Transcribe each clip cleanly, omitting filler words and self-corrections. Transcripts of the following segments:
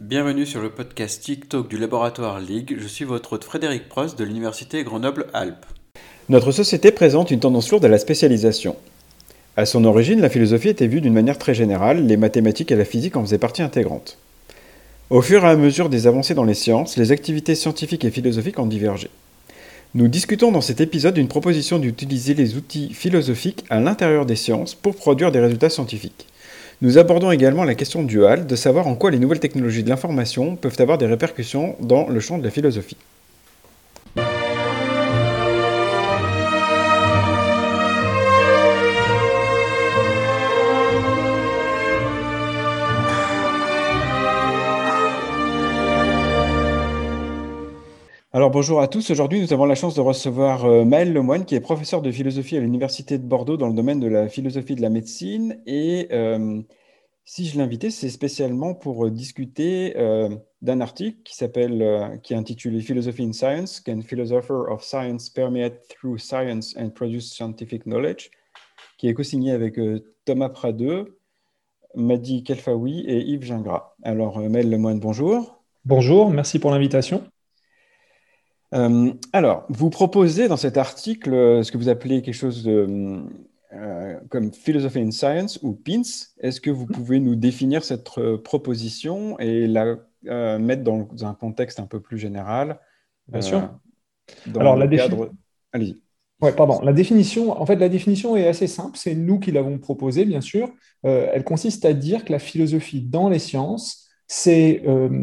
Bienvenue sur le podcast TikTok du laboratoire Ligue. Je suis votre hôte Frédéric Prost de l'Université Grenoble-Alpes. Notre société présente une tendance lourde à la spécialisation. À son origine, la philosophie était vue d'une manière très générale, les mathématiques et la physique en faisaient partie intégrante. Au fur et à mesure des avancées dans les sciences, les activités scientifiques et philosophiques ont divergé. Nous discutons dans cet épisode d'une proposition d'utiliser les outils philosophiques à l'intérieur des sciences pour produire des résultats scientifiques. Nous abordons également la question duale de savoir en quoi les nouvelles technologies de l'information peuvent avoir des répercussions dans le champ de la philosophie. Alors bonjour à tous, aujourd'hui nous avons la chance de recevoir Maël Lemoine qui est professeur de philosophie à l'Université de Bordeaux dans le domaine de la philosophie de la médecine et si je l'ai invité c'est spécialement pour discuter d'un article qui est intitulé Philosophy in Science, Can Philosopher of Science Permeate Through Science and Produce Scientific Knowledge, qui est co-signé avec Thomas Pradeux, Madi Kelfaoui et Yves Gingras. Alors Maël Lemoine, bonjour. Bonjour, merci pour l'invitation. Alors, vous proposez dans cet article ce que vous appelez quelque chose comme Philosophy in Science ou PINS. Est-ce que vous pouvez nous définir cette proposition et la mettre dans un contexte un peu plus général Bien euh, sûr. dans Alors, le cadre... Allez-y. la définition est assez simple. C'est nous qui l'avons proposée, bien sûr. Elle consiste à dire que la philosophie dans les sciences, c'est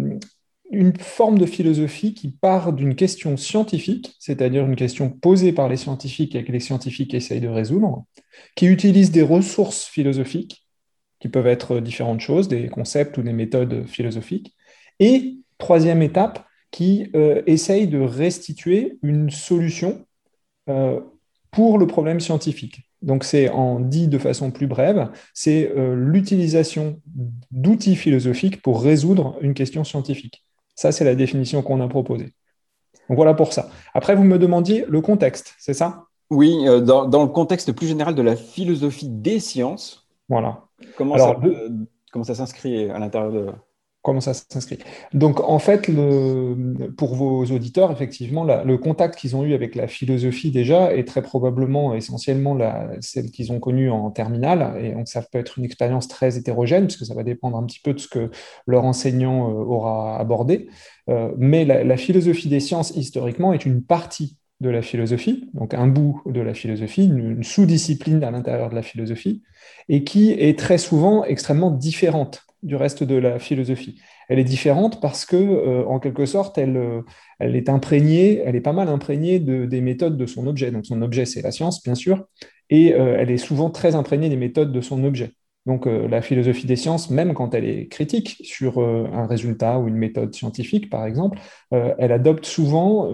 une forme de philosophie qui part d'une question scientifique, c'est-à-dire une question posée par les scientifiques et que les scientifiques essayent de résoudre, qui utilise des ressources philosophiques, qui peuvent être différentes choses, des concepts ou des méthodes philosophiques, et troisième étape, qui essaye de restituer une solution euh, pour le problème scientifique. Donc, c'est en dit de façon plus brève, c'est l'utilisation d'outils philosophiques pour résoudre une question scientifique. Ça, c'est la définition qu'on a proposée. Donc, voilà pour ça. Après, vous me demandiez le contexte, c'est ça? Oui, dans le contexte plus général de la philosophie des sciences, Voilà. comment ça, Alors, comment ça s'inscrit à l'intérieur de... comment ça s'inscrit? Donc, en fait, pour vos auditeurs, effectivement, le contact qu'ils ont eu avec la philosophie déjà est très probablement essentiellement celle qu'ils ont connue en terminale. Et donc, ça peut être une expérience très hétérogène, puisque ça va dépendre un petit peu de ce que leur enseignant aura abordé. Mais la philosophie des sciences, historiquement, est une partie de la philosophie, donc un bout de la philosophie, une sous-discipline à l'intérieur de la philosophie, et qui est très souvent extrêmement différente du reste de la philosophie. Elle est différente parce que, en quelque sorte, elle est imprégnée, elle est pas mal imprégnée des méthodes de son objet. Donc, son objet, c'est la science, bien sûr, et elle est souvent très imprégnée des méthodes de son objet. Donc, la philosophie des sciences, même quand elle est critique sur un résultat ou une méthode scientifique, par exemple, elle adopte souvent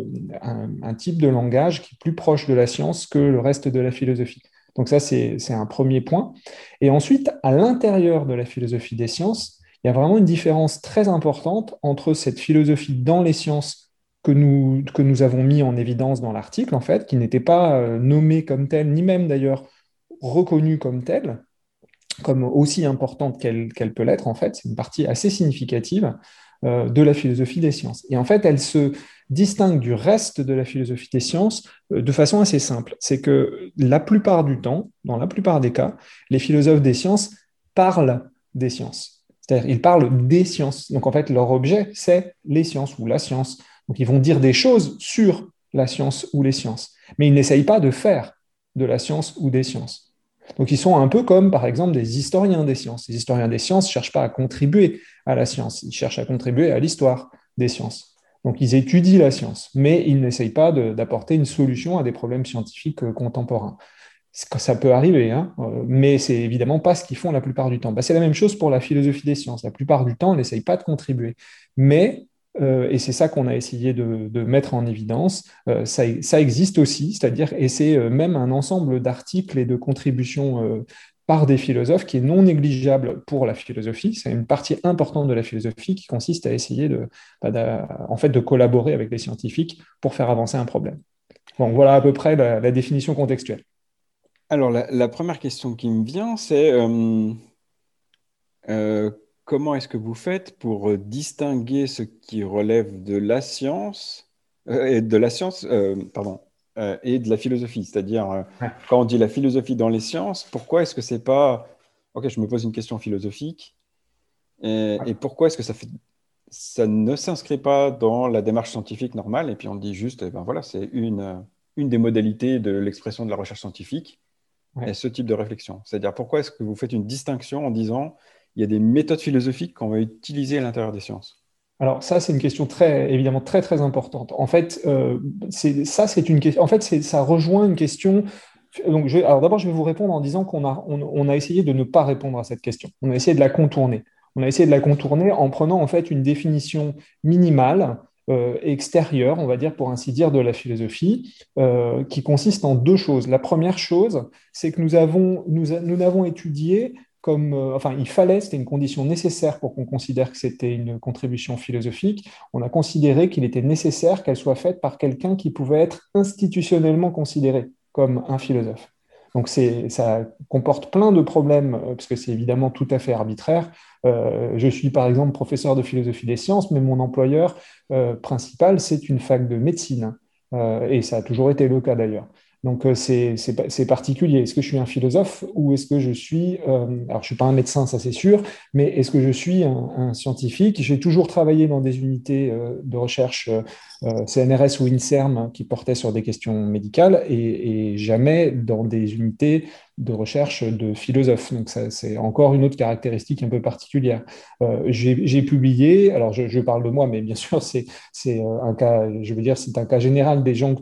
un type de langage qui est plus proche de la science que le reste de la philosophie. Donc ça, c'est un premier point. Et ensuite, à l'intérieur de la philosophie des sciences, il y a vraiment une différence très importante entre cette philosophie dans les sciences que nous avons mis en évidence dans l'article, en fait, qui n'était pas nommée comme telle, ni même d'ailleurs reconnue comme telle, comme aussi importante qu'elle peut l'être, en fait. C'est une partie assez significative de la philosophie des sciences. Et en fait, elle se distingue du reste de la philosophie des sciences de façon assez simple. C'est que la plupart du temps, dans la plupart des cas, les philosophes des sciences parlent des sciences. C'est-à-dire, ils parlent des sciences. Donc, en fait, leur objet, c'est les sciences ou la science. Donc, ils vont dire des choses sur la science ou les sciences. Mais ils n'essayent pas de faire de la science ou des sciences. Donc, ils sont un peu comme, par exemple, des historiens des sciences. Les historiens des sciences ne cherchent pas à contribuer à la science, ils cherchent à contribuer à l'histoire des sciences. Donc, ils étudient la science, mais ils n'essayent pas d'apporter une solution à des problèmes scientifiques contemporains. Ça peut arriver, hein, mais c'est évidemment pas ce qu'ils font la plupart du temps. Bah, c'est la même chose pour la philosophie des sciences. La plupart du temps, ils n'essayent pas de contribuer. Mais, et c'est ça qu'on a essayé de mettre en évidence, ça existe aussi, c'est-à-dire, et c'est même un ensemble d'articles et de contributions par des philosophes qui est non négligeable pour la philosophie. C'est une partie importante de la philosophie qui consiste à essayer en fait, de collaborer avec les scientifiques pour faire avancer un problème. Bon, voilà à peu près la définition contextuelle. Alors la première question qui me vient, c'est... Euh, comment est-ce que vous faites pour distinguer ce qui relève de la science, pardon, et de la philosophie? C'est-à-dire, Ouais. quand on dit la philosophie dans les sciences, pourquoi est-ce que c'est pas, OK, je me pose une question philosophique, et pourquoi est-ce que ça ne s'inscrit pas dans la démarche scientifique normale, et puis on dit juste, eh ben voilà, c'est une des modalités de l'expression de la recherche scientifique, et Ouais. ce type de réflexion. C'est-à-dire, pourquoi est-ce que vous faites une distinction en disant, il y a des méthodes philosophiques qu'on va utiliser à l'intérieur des sciences? Alors ça, c'est une question très, évidemment très très importante. En fait, c'est une question. En fait, ça rejoint une question. Donc, alors d'abord, je vais vous répondre en disant qu'on a essayé de ne pas répondre à cette question. On a essayé de la contourner. On a essayé de la contourner en prenant en fait une définition minimale, extérieure, on va dire pour ainsi dire, de la philosophie, qui consiste en deux choses. La première chose, c'est que nous n'avons étudié comme, enfin, il fallait, c'était une condition nécessaire pour qu'on considère que c'était une contribution philosophique. On a considéré qu'il était nécessaire qu'elle soit faite par quelqu'un qui pouvait être institutionnellement considéré comme un philosophe. Donc ça comporte plein de problèmes, parce que c'est évidemment tout à fait arbitraire. Je suis par exemple professeur de philosophie des sciences, mais mon employeur principal, c'est une fac de médecine. Et ça a toujours été le cas d'ailleurs. Donc c'est particulier. Est-ce que je suis un philosophe ou est-ce que je suis, alors je ne suis pas un médecin, ça c'est sûr, mais est-ce que je suis un scientifique? J'ai toujours travaillé dans des unités de recherche CNRS ou INSERM qui portaient sur des questions médicales et jamais dans des unités de recherche de philosophes. Donc ça, c'est encore une autre caractéristique un peu particulière. J'ai publié, alors je parle de moi, mais bien sûr c'est un cas, je veux dire, c'est un cas général des gens que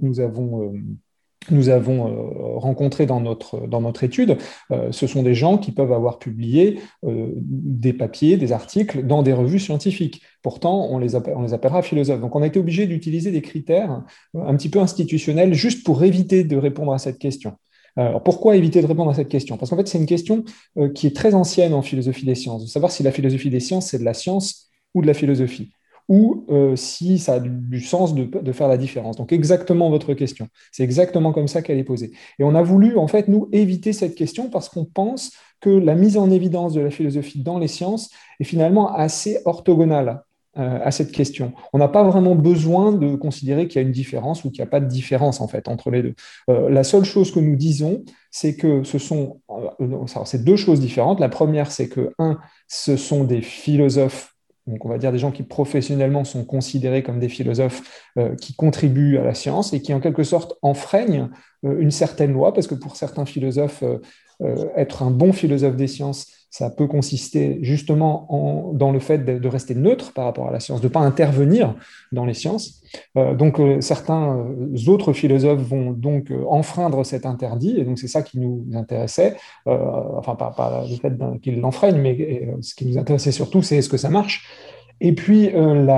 nous avons rencontrés dans notre étude. Ce sont des gens qui peuvent avoir publié des papiers, des articles dans des revues scientifiques. Pourtant, on les appellera philosophes. Donc, on a été obligé d'utiliser des critères un petit peu institutionnels juste pour éviter de répondre à cette question. Alors, pourquoi éviter de répondre à cette question? Parce qu'en fait, c'est une question qui est très ancienne en philosophie des sciences, de savoir si la philosophie des sciences, c'est de la science ou de la philosophie, ou si ça a du sens de faire la différence. Donc exactement votre question. C'est exactement comme ça qu'elle est posée. Et on a voulu, en fait, nous, éviter cette question parce qu'on pense que la mise en évidence de la philosophie dans les sciences est finalement assez orthogonale à cette question. On n'a pas vraiment besoin de considérer qu'il y a une différence ou qu'il n'y a pas de différence, en fait, entre les deux. La seule chose que nous disons, c'est que c'est deux choses différentes. La première, c'est que, ce sont des philosophes, donc on va dire des gens qui professionnellement sont considérés comme des philosophes qui contribuent à la science et qui en quelque sorte enfreignent une certaine loi, parce que pour certains philosophes, être un bon philosophe des sciences, ça peut consister justement dans le fait de rester neutre par rapport à la science, de ne pas intervenir dans les sciences. Donc certains autres philosophes vont donc enfreindre cet interdit, et donc c'est ça qui nous intéressait, enfin pas le fait qu'ils l'enfreignent, mais ce qui nous intéressait surtout, c'est est-ce que ça marche. Et puis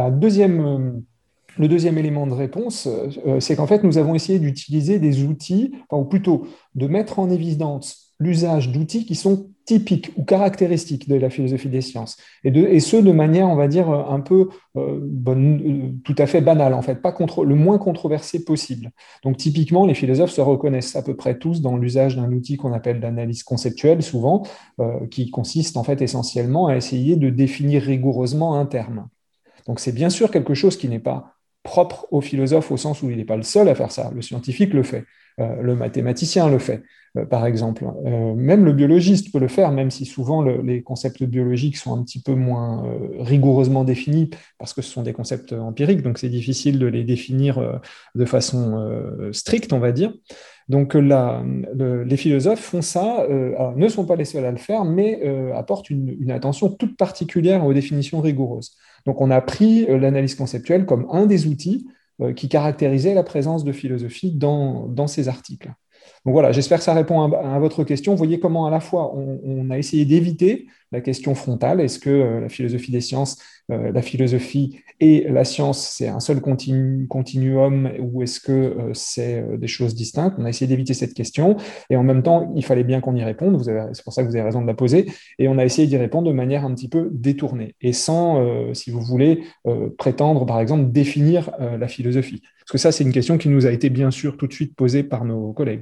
le deuxième élément de réponse, c'est qu'en fait, nous avons essayé d'utiliser des outils, enfin, ou plutôt de mettre en évidence l'usage d'outils qui sont typiques ou caractéristiques de la philosophie des sciences, et ce, de manière, on va dire, un peu tout à fait banale, en fait, pas le moins controversé possible. Donc, typiquement, les philosophes se reconnaissent à peu près tous dans l'usage d'un outil qu'on appelle l'analyse conceptuelle, souvent, qui consiste, en fait, essentiellement à essayer de définir rigoureusement un terme. Donc, c'est bien sûr quelque chose qui n'est pas propre au philosophe au sens où il n'est pas le seul à faire ça. Le scientifique le fait, le mathématicien le fait, par exemple. Même le biologiste peut le faire, même si souvent les concepts biologiques sont un petit peu moins rigoureusement définis, parce que ce sont des concepts empiriques, donc c'est difficile de les définir de façon stricte, on va dire. Donc les philosophes font ça, alors, ne sont pas les seuls à le faire, mais apportent une attention toute particulière aux définitions rigoureuses. Donc on a pris l'analyse conceptuelle comme un des outils qui caractérisait la présence de philosophie dans ces articles. Donc voilà, j'espère que ça répond à votre question. Vous voyez comment à la fois on a essayé d'éviter la question frontale, est-ce que la philosophie des sciences, la philosophie et la science, c'est un seul continuum ou est-ce que c'est des choses distinctes? On a essayé d'éviter cette question et en même temps, il fallait bien qu'on y réponde. C'est pour ça que vous avez raison de la poser. Et on a essayé d'y répondre de manière un petit peu détournée et sans, si vous voulez, prétendre, par exemple, définir la philosophie. Parce que ça, c'est une question qui nous a été bien sûr tout de suite posée par nos collègues.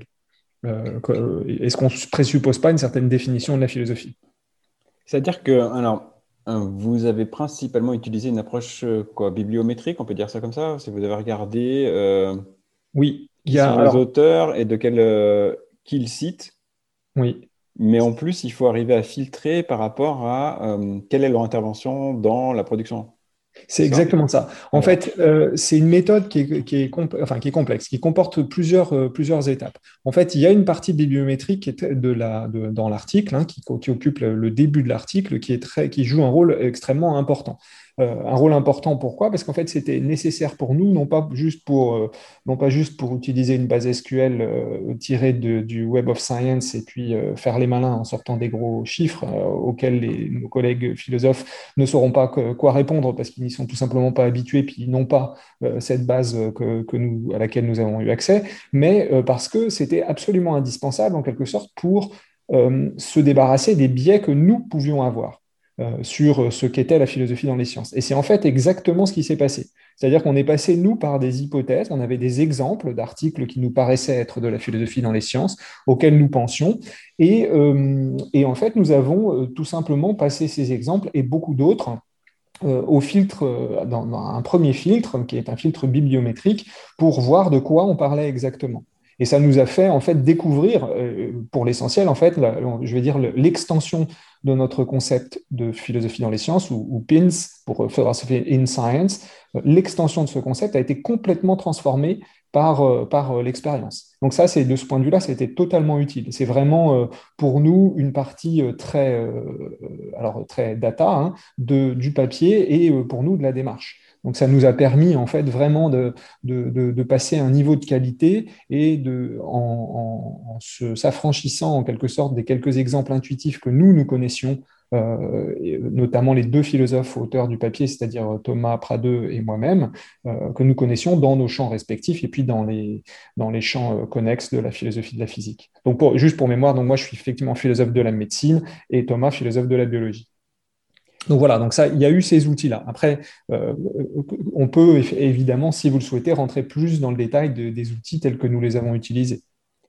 Est-ce qu'on ne présuppose pas une certaine définition de la philosophie? C'est-à-dire que, alors, Vous avez principalement utilisé une approche quoi, bibliométrique, on peut dire ça comme ça? Si vous avez regardé Oui, il qui y a sont les alors auteurs et de qui ils citent, oui. mais en plus, il faut arriver à filtrer par rapport à quelle est leur intervention dans la production. C'est C'est ça? exactement ça. En Voilà. fait, c'est une méthode qui est complexe, qui comporte plusieurs étapes. En fait, il y a une partie bibliométrique qui est dans l'article, hein, qui occupe le début de l'article, qui joue un rôle extrêmement important. Un rôle important, pourquoi? Parce qu'en fait, c'était nécessaire pour nous, non pas juste pour utiliser une base SQL tirée du Web of Science et puis faire les malins en sortant des gros chiffres auxquels nos collègues philosophes ne sauront pas quoi répondre parce qu'ils n'y sont tout simplement pas habitués, puis ils n'ont pas cette base à laquelle nous avons eu accès, mais parce que c'était absolument indispensable en quelque sorte pour se débarrasser des biais que nous pouvions avoir sur ce qu'était la philosophie dans les sciences. Et c'est en fait exactement ce qui s'est passé. C'est-à-dire qu'on est passé, nous, par des hypothèses, on avait des exemples d'articles qui nous paraissaient être de la philosophie dans les sciences, auxquels nous pensions, et en fait, nous avons tout simplement passé ces exemples et beaucoup d'autres au filtre, dans un premier filtre, qui est un filtre bibliométrique, pour voir de quoi on parlait exactement. Et ça nous a fait en fait découvrir, pour l'essentiel, en fait, je vais dire l'extension de notre concept de philosophie dans les sciences, ou PINS pour Philosophy in Science. L'extension de ce concept a été complètement transformée par l'expérience. Donc ça, c'est de ce point de vue-là, ça a été totalement utile. C'est vraiment pour nous une partie très data, hein, du papier et pour nous de la démarche. Donc ça nous a permis en fait vraiment de passer un niveau de qualité et s'affranchissant en quelque sorte des quelques exemples intuitifs que nous connaissions, et notamment les deux philosophes auteurs du papier, c'est-à-dire Thomas Pradeux et moi-même, que nous connaissions dans nos champs respectifs et puis dans les champs connexes de la philosophie de la physique. Donc juste pour mémoire, donc moi je suis effectivement philosophe de la médecine et Thomas philosophe de la biologie. Donc voilà, donc ça, il y a eu ces outils-là. Après, euh, on peut évidemment, si vous le souhaitez, rentrer plus dans le détail des outils tels que nous les avons utilisés.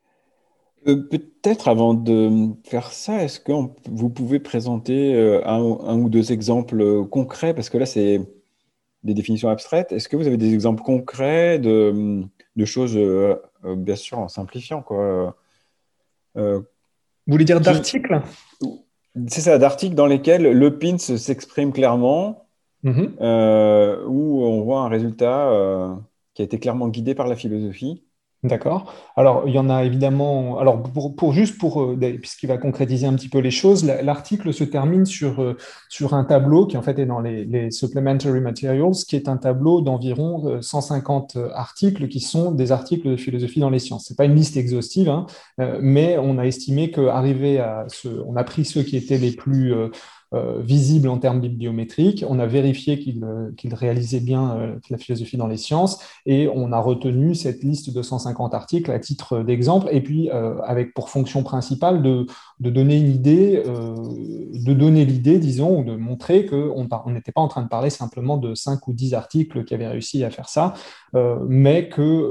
Peut-être avant de faire ça, est-ce que vous pouvez présenter un ou deux exemples concrets? Parce que là, c'est des définitions abstraites. Est-ce que vous avez des exemples concrets de choses, bien sûr, en simplifiant, quoi, euh, Vous voulez dire qui, d'articles? c'est ça, d'articles dans lesquels le PINS s'exprime clairement, Mhm. où on voit un résultat qui a été clairement guidé par la philosophie. D'accord. Alors, il y en a évidemment. Alors, puisqu'il va concrétiser un petit peu les choses, l'article se termine sur un tableau qui, en fait, est dans les Supplementary Materials, qui est un tableau d'environ 150 articles qui sont des articles de philosophie dans les sciences. Ce n'est pas une liste exhaustive, hein, mais on a estimé on a pris ceux qui étaient les plus visibles en termes bibliométriques, on a vérifié qu'ils réalisaient bien la philosophie dans les sciences et on a retenu cette liste de 150 articles à titre d'exemple, et puis avec pour fonction principale de donner une idée, disons, ou de montrer qu'on n'était pas en train de parler simplement de 5 ou 10 articles qui avaient réussi à faire ça, mais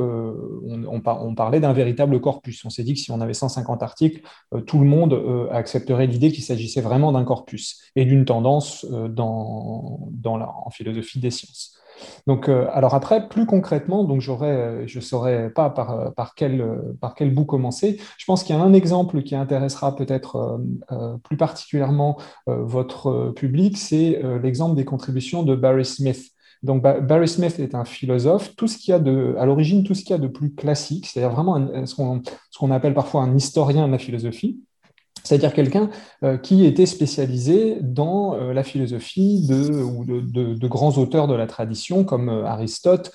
qu'on parlait d'un véritable corpus. On s'est dit que si on avait 150 articles, tout le monde accepterait l'idée qu'il s'agissait vraiment d'un corpus et d'une tendance en philosophie des sciences. Donc, alors après, plus concrètement, donc je ne saurais pas par quel bout commencer. Je pense qu'il y a un exemple qui intéressera peut-être plus particulièrement votre public, c'est l'exemple des contributions de Barry Smith. Donc, Barry Smith est un philosophe. À l'origine, tout ce qu'il y a de plus classique, c'est-à-dire vraiment ce qu'on appelle parfois un historien de la philosophie, c'est-à-dire quelqu'un qui était spécialisé dans la philosophie de grands auteurs de la tradition comme Aristote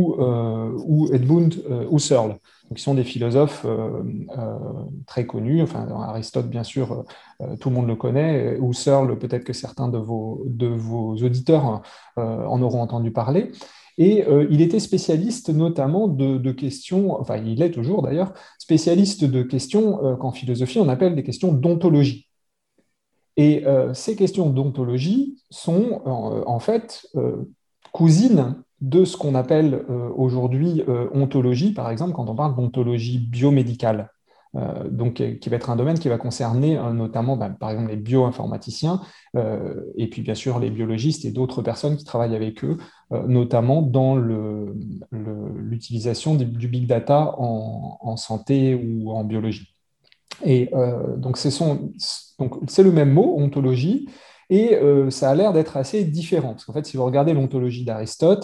ou Edmund Husserl, donc, qui sont des philosophes très connus. Enfin, Aristote, bien sûr, tout le monde le connaît. Husserl, peut-être que certains de vos auditeurs en auront entendu parler. Et il était spécialiste notamment de questions, enfin il est toujours d'ailleurs, spécialiste de questions qu'en philosophie on appelle des questions d'ontologie. Et ces questions d'ontologie sont en fait cousines de ce qu'on appelle aujourd'hui ontologie, par exemple, quand on parle d'ontologie biomédicale. donc qui va être un domaine qui va concerner notamment, par exemple, les bioinformaticiens, et puis bien sûr les biologistes et d'autres personnes qui travaillent avec eux, notamment dans l'utilisation du big data en santé ou en biologie. Et donc, c'est le même mot, ontologie, et ça a l'air d'être assez différent. Parce qu'en fait, si vous regardez l'ontologie d'Aristote,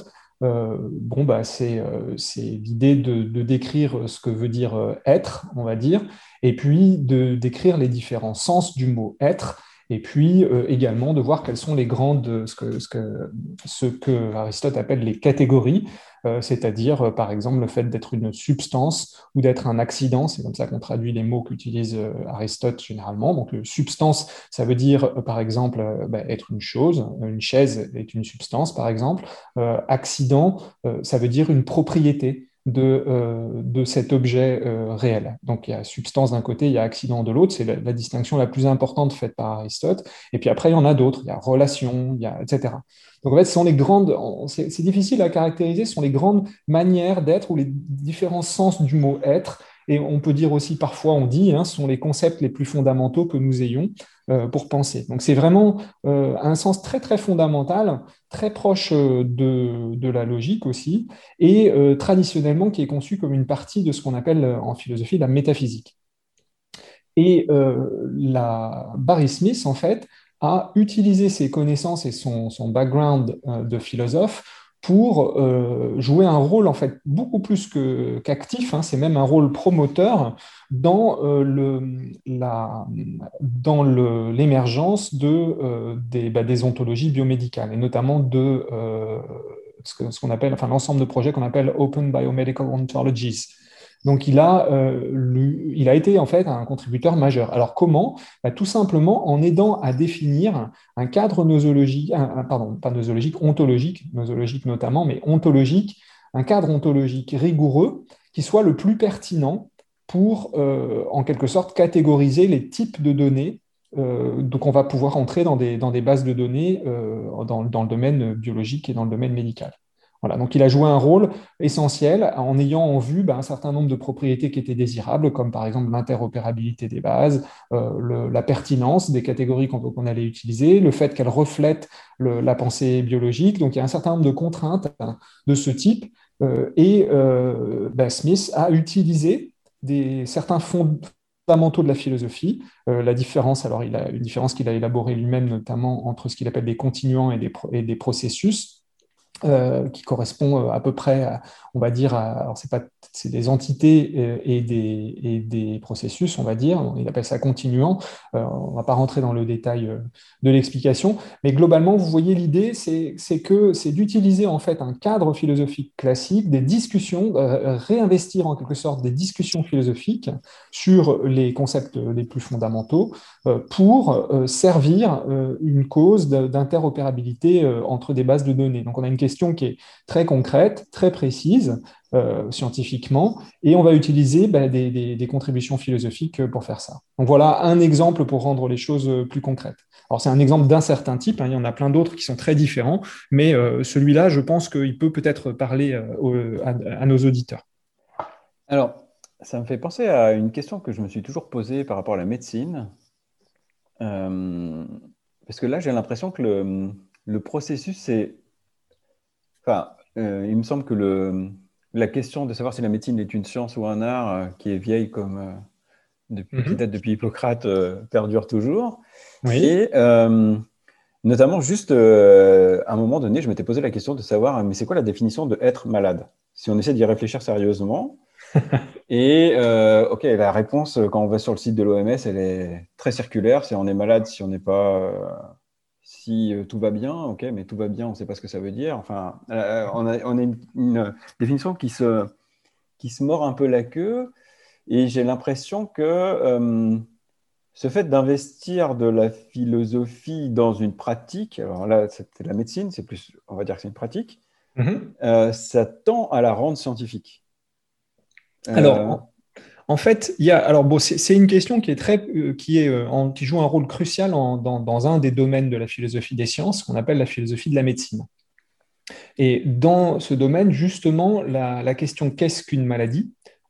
c'est l'idée de décrire ce que veut dire être, on va dire, et puis de décrire les différents sens du mot être, et puis également de voir quelles sont les grandes, ce que Aristote appelle les catégories, c'est-à-dire par exemple le fait d'être une substance ou d'être un accident, c'est comme ça qu'on traduit les mots qu'utilise Aristote généralement. Donc substance, ça veut dire par exemple être une chose, une chaise est une substance par exemple. Accident, ça veut dire une propriété de cet objet réel. Donc il y a substance d'un côté, il y a accident de l'autre, c'est la distinction la plus importante faite par Aristote. Et puis après, il y en a d'autres, il y a relation, il y a, etc. Donc en fait, ce sont les grandes, c'est difficile à caractériser, ce sont les grandes manières d'être ou les différents sens du mot être. Et on peut dire aussi, parfois on dit, ce sont les concepts les plus fondamentaux que nous ayons pour penser. Donc c'est vraiment un sens très très fondamental, très proche de la logique aussi, et traditionnellement qui est conçu comme une partie de ce qu'on appelle en philosophie la métaphysique. Et Barry Smith, en fait, a utilisé ses connaissances et son background de philosophe pour jouer un rôle en fait beaucoup plus qu'actif, c'est même un rôle promoteur dans l'émergence des ontologies biomédicales et notamment de ce qu'on appelle, enfin l'ensemble de projets qu'on appelle Open Biomedical Ontologies. Donc, il a été en fait un contributeur majeur. Alors, comment? Tout simplement en aidant à définir un cadre nosologique, pardon, pas nosologique, ontologique, nosologique notamment, mais ontologique, un cadre ontologique rigoureux qui soit le plus pertinent pour, en quelque sorte, catégoriser les types de données. Donc, on va pouvoir entrer dans des bases de données dans le domaine biologique et dans le domaine médical. Voilà, donc il a joué un rôle essentiel en ayant en vue un certain nombre de propriétés qui étaient désirables, comme par exemple l'interopérabilité des bases, la pertinence des catégories qu'on allait utiliser, le fait qu'elles reflètent la pensée biologique. Donc il y a un certain nombre de contraintes de ce type. Smith a utilisé certains fondamentaux de la philosophie. La différence, alors il a une différence qu'il a élaborée lui-même, notamment entre ce qu'il appelle des continuants et des processus. Qui correspond à peu près, on va dire, alors c'est des entités et des processus, on va dire. Il appelle ça continuant. On ne va pas rentrer dans le détail de l'explication, mais globalement, vous voyez l'idée, c'est que c'est d'utiliser en fait un cadre philosophique classique, des discussions, réinvestir en quelque sorte des discussions philosophiques sur les concepts les plus fondamentaux pour servir une cause d'interopérabilité entre des bases de données. Donc on a une question qui est très concrète, très précise scientifiquement, et on va utiliser des contributions philosophiques pour faire ça. Donc voilà un exemple pour rendre les choses plus concrètes. Alors c'est un exemple d'un certain type, il y en a plein d'autres qui sont très différents, mais celui-là, je pense qu'il peut peut-être parler à nos auditeurs. Alors, ça me fait penser à une question que je me suis toujours posée par rapport à la médecine. Parce que là, j'ai l'impression que le processus, c'est... Enfin, il me semble que la question de savoir si la médecine est une science ou un art, qui est vieille comme... qui date depuis Hippocrate, perdure toujours. Oui. Et notamment, juste à un moment donné, je m'étais posé la question de savoir, mais c'est quoi la définition de être malade? Si on essaie d'y réfléchir sérieusement. Et ok, la réponse, quand on va sur le site de l'OMS, elle est très circulaire. C'est on est malade si on n'est pas... si tout va bien, ok, mais tout va bien, on ne sait pas ce que ça veut dire. Enfin, on a une définition qui se mord un peu la queue. Et j'ai l'impression que ce fait d'investir de la philosophie dans une pratique, alors là, c'était la médecine, c'est plus, on va dire que c'est une pratique, ça tend à la rendre scientifique. Alors, en fait, c'est une question qui est qui joue un rôle crucial dans un des domaines de la philosophie des sciences, qu'on appelle la philosophie de la médecine. Et dans ce domaine, justement, la question qu'est-ce qu'une maladie,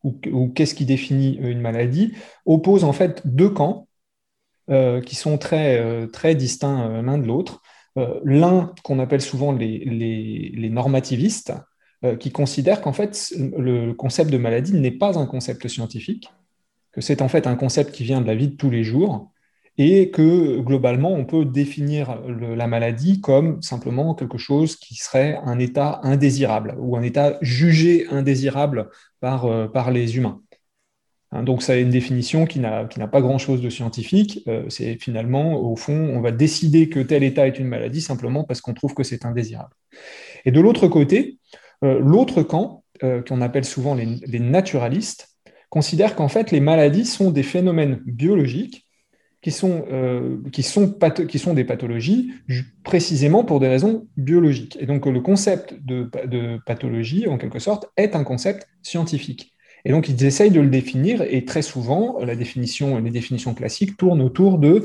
ou qu'est-ce qui définit une maladie, oppose en fait deux camps qui sont très distincts l'un de l'autre. L'un qu'on appelle souvent les normativistes, qui considèrent qu'en fait le concept de maladie n'est pas un concept scientifique, que c'est en fait un concept qui vient de la vie de tous les jours et que globalement on peut définir la maladie comme simplement quelque chose qui serait un état indésirable ou un état jugé indésirable par les humains. Hein, donc, ça a une définition qui n'a pas grand-chose de scientifique. C'est finalement, au fond, on va décider que tel état est une maladie simplement parce qu'on trouve que c'est indésirable. Et de l'autre côté, l'autre camp, qu'on appelle souvent les naturalistes, considère qu'en fait, les maladies sont des phénomènes biologiques qui sont des pathologies précisément pour des raisons biologiques. Et donc, le concept de pathologie, en quelque sorte, est un concept scientifique. Et donc, ils essayent de le définir, et très souvent, les définitions classiques tournent autour de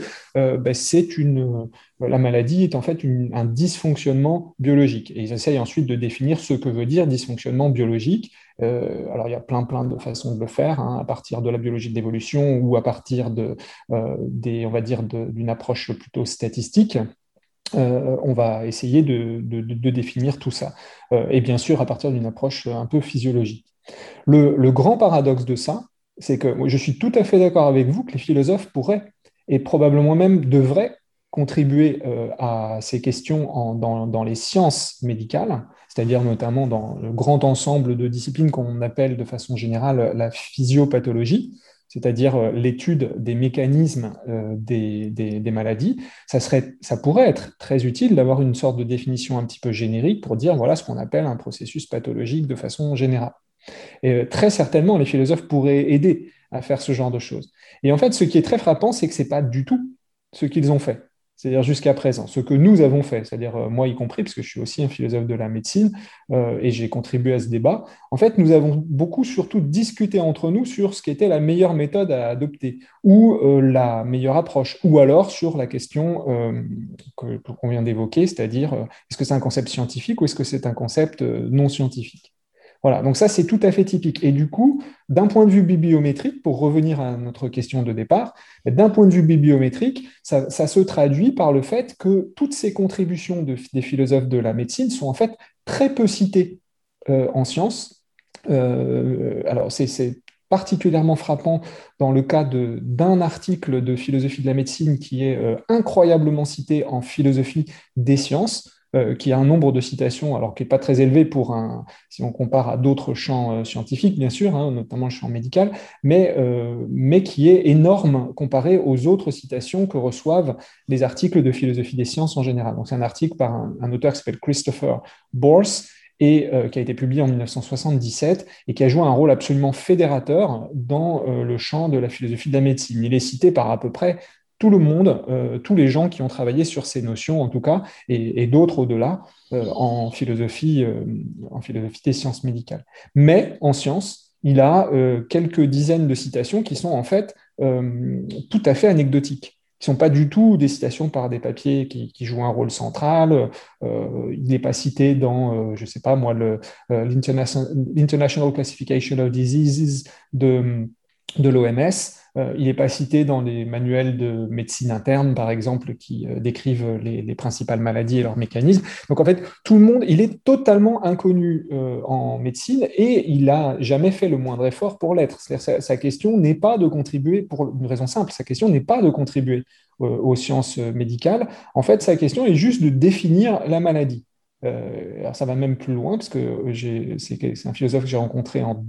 la maladie est en fait un dysfonctionnement biologique. Et ils essayent ensuite de définir ce que veut dire dysfonctionnement biologique. Alors, il y a plein de façons de le faire, hein, à partir de la biologie de l'évolution ou à partir on va dire, d'une approche plutôt statistique. On va essayer de définir tout ça. Et bien sûr, à partir d'une approche un peu physiologique. Le grand paradoxe de ça, c'est que je suis tout à fait d'accord avec vous que les philosophes pourraient, et probablement même devraient, contribuer à ces questions dans les sciences médicales, c'est-à-dire notamment dans le grand ensemble de disciplines qu'on appelle de façon générale la physiopathologie, c'est-à-dire l'étude des mécanismes des maladies. Ça pourrait être très utile d'avoir une sorte de définition un petit peu générique pour dire voilà ce qu'on appelle un processus pathologique de façon générale. Et très certainement, les philosophes pourraient aider à faire ce genre de choses. Et en fait, ce qui est très frappant, c'est que ce n'est pas du tout ce qu'ils ont fait. C'est-à-dire jusqu'à présent, ce que nous avons fait, c'est-à-dire moi y compris, parce que je suis aussi un philosophe de la médecine et j'ai contribué à ce débat, en fait, nous avons beaucoup surtout discuté entre nous sur ce qui était la meilleure méthode à adopter ou la meilleure approche, ou alors sur la question qu'on vient d'évoquer, c'est-à-dire est-ce que c'est un concept scientifique ou est-ce que c'est un concept non scientifique. Voilà, donc ça c'est tout à fait typique. Et du coup, d'un point de vue bibliométrique, pour revenir à notre question de départ, d'un point de vue bibliométrique, ça se traduit par le fait que toutes ces contributions des philosophes de la médecine sont en fait très peu citées en sciences. Alors c'est particulièrement frappant dans le cas d'un article de philosophie de la médecine qui est incroyablement cité en philosophie des sciences, qui a un nombre de citations, alors qui n'est pas très élevé si on compare à d'autres champs scientifiques, bien sûr, hein, notamment le champ médical, mais qui est énorme comparé aux autres citations que reçoivent les articles de philosophie des sciences en général. Donc, c'est un article par un auteur qui s'appelle Christopher Borse, et qui a été publié en 1977 et qui a joué un rôle absolument fédérateur dans le champ de la philosophie de la médecine. Il est cité par à peu près tout le monde, tous les gens qui ont travaillé sur ces notions, en tout cas, et d'autres au-delà, en philosophie des sciences médicales. Mais en sciences, il a quelques dizaines de citations qui sont en fait tout à fait anecdotiques, qui ne sont pas du tout des citations par des papiers qui jouent un rôle central. Il n'est pas cité dans, je ne sais pas moi, l'International Classification of Diseases de l'OMS. Il n'est pas cité dans les manuels de médecine interne, par exemple, qui décrivent les principales maladies et leurs mécanismes. Donc, en fait, tout le monde, il est totalement inconnu en médecine et il n'a jamais fait le moindre effort pour l'être. C'est-à-dire, sa question n'est pas de contribuer, pour une raison simple, sa question n'est pas de contribuer aux sciences médicales. En fait, sa question est juste de définir la maladie. Alors ça va même plus loin, parce que c'est un philosophe que j'ai rencontré en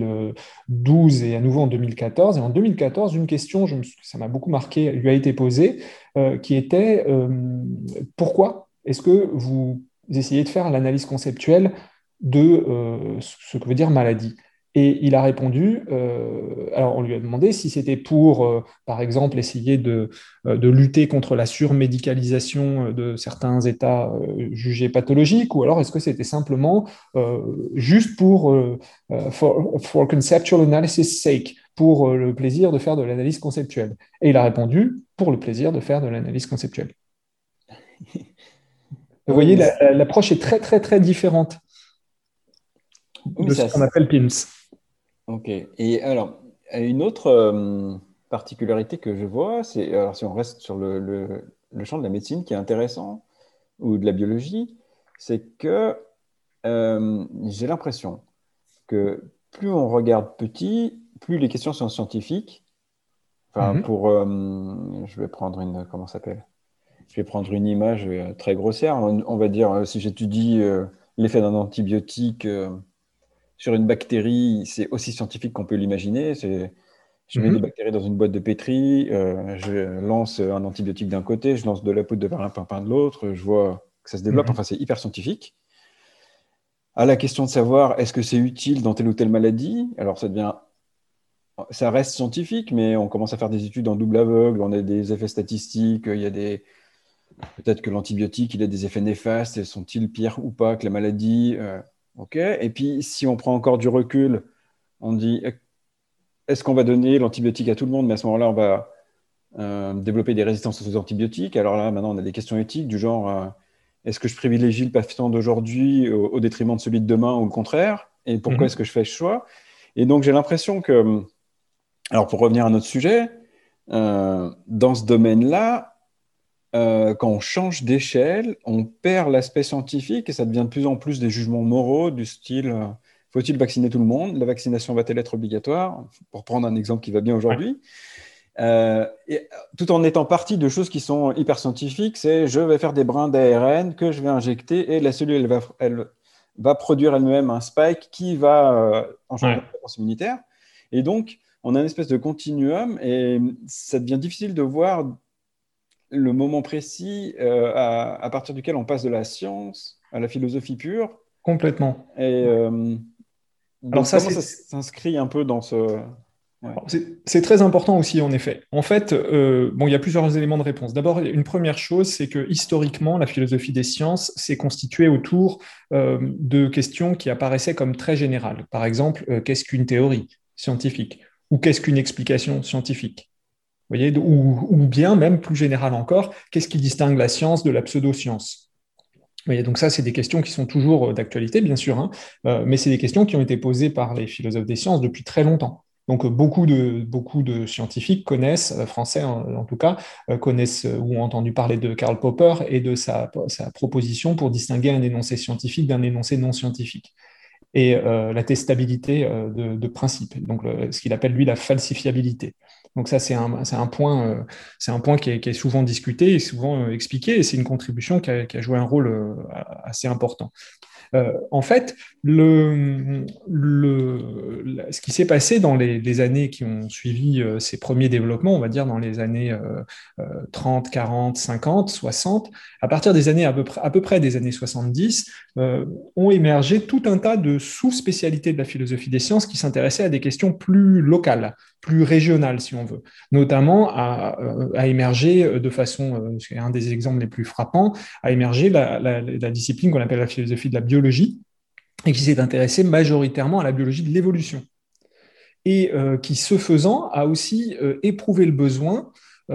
2012 et à nouveau en 2014. Et en 2014, une question, ça m'a beaucoup marqué, lui a été posée, qui était pourquoi est-ce que vous essayez de faire l'analyse conceptuelle de ce que veut dire maladie? Et il a répondu, alors on lui a demandé si c'était pour, par exemple, essayer de lutter contre la surmédicalisation de certains états jugés pathologiques, ou alors est-ce que c'était simplement juste for conceptual analysis sake, pour le plaisir de faire de l'analyse conceptuelle. Et il a répondu pour le plaisir de faire de l'analyse conceptuelle. Vous voyez, l'approche est très, très, très différente de ce qu'on appelle PIMS. Ok. Et alors, une autre particularité que je vois, c'est, alors si on reste sur le champ de la médecine qui est intéressant, ou de la biologie, c'est que j'ai l'impression que plus on regarde petit, plus les questions sont scientifiques. Enfin, Mhm. je vais prendre comment ça s'appelle? Je vais prendre une image très grossière. On va dire, si j'étudie l'effet d'un antibiotique sur une bactérie, c'est aussi scientifique qu'on peut l'imaginer. Je mets des Mhm. bactéries dans une boîte de pétri, je lance un antibiotique d'un côté, je lance de la poudre de perlimpinpin de l'autre, je vois que ça se développe. Mhm. Enfin, c'est hyper scientifique. À la question de savoir est-ce que c'est utile dans telle ou telle maladie, alors ça reste scientifique, mais on commence à faire des études en double aveugle, on a des effets statistiques, peut-être que l'antibiotique, il a des effets néfastes, sont-ils pires ou pas que la maladie? Ok. Et puis, si on prend encore du recul, on dit, est-ce qu'on va donner l'antibiotique à tout le monde? Mais à ce moment-là, on va développer des résistances aux antibiotiques. Alors là, maintenant, on a des questions éthiques du genre, est-ce que je privilégie le patient d'aujourd'hui au détriment de celui de demain ou le contraire? Et pourquoi est-ce Mhm. que je fais ce choix? Et donc, j'ai l'impression que, alors pour revenir à notre sujet, dans ce domaine-là, quand on change d'échelle, on perd l'aspect scientifique et ça devient de plus en plus des jugements moraux du style, faut-il vacciner tout le monde? La vaccination va-t-elle être obligatoire? Pour prendre un exemple qui va bien Ouais. aujourd'hui. Tout en étant partie de choses qui sont hyper scientifiques, c'est je vais faire des brins d'ARN que je vais injecter et la cellule elle va produire elle-même un spike qui va engendrer Ouais. une réponse immunitaire. Et donc, on a une espèce de continuum et ça devient difficile de voir le moment précis à partir duquel on passe de la science à la philosophie pure. Complètement. Et Alors donc, ça, comment c'est ça s'inscrit un peu dans ce... Ouais. c'est très important aussi, en effet. En fait, bon, il y a plusieurs éléments de réponse. D'abord, une première chose, c'est que historiquement, la philosophie des sciences s'est constituée autour de questions qui apparaissaient comme très générales. Par exemple, qu'est-ce qu'une théorie scientifique? Ou qu'est-ce qu'une explication scientifique? Vous voyez, ou bien, même plus général encore, qu'est-ce qui distingue la science de la pseudo-science? Vous voyez, donc ça, c'est des questions qui sont toujours d'actualité, bien sûr, hein, mais c'est des questions qui ont été posées par les philosophes des sciences depuis très longtemps. Donc beaucoup de scientifiques connaissent, français en tout cas, connaissent ou ont entendu parler de Karl Popper et de sa proposition pour distinguer un énoncé scientifique d'un énoncé non scientifique et la testabilité de principe, donc ce qu'il appelle lui la falsifiabilité. Donc ça, c'est un point qui est souvent discuté et souvent expliqué, et c'est une contribution qui a joué un rôle assez important. En fait, ce qui s'est passé dans les années qui ont suivi ces premiers développements, on va dire dans les années 30, 40, 50, 60, à partir des années à peu près des années 70, ont émergé tout un tas de sous-spécialités de la philosophie des sciences qui s'intéressaient à des questions plus locales, plus régionales, si on veut, notamment à émerger de façon, c'est un des exemples les plus frappants, a émergé la discipline qu'on appelle la philosophie de la biologie et qui s'est intéressée majoritairement à la biologie de l'évolution. Et qui, ce faisant, a aussi éprouvé le besoin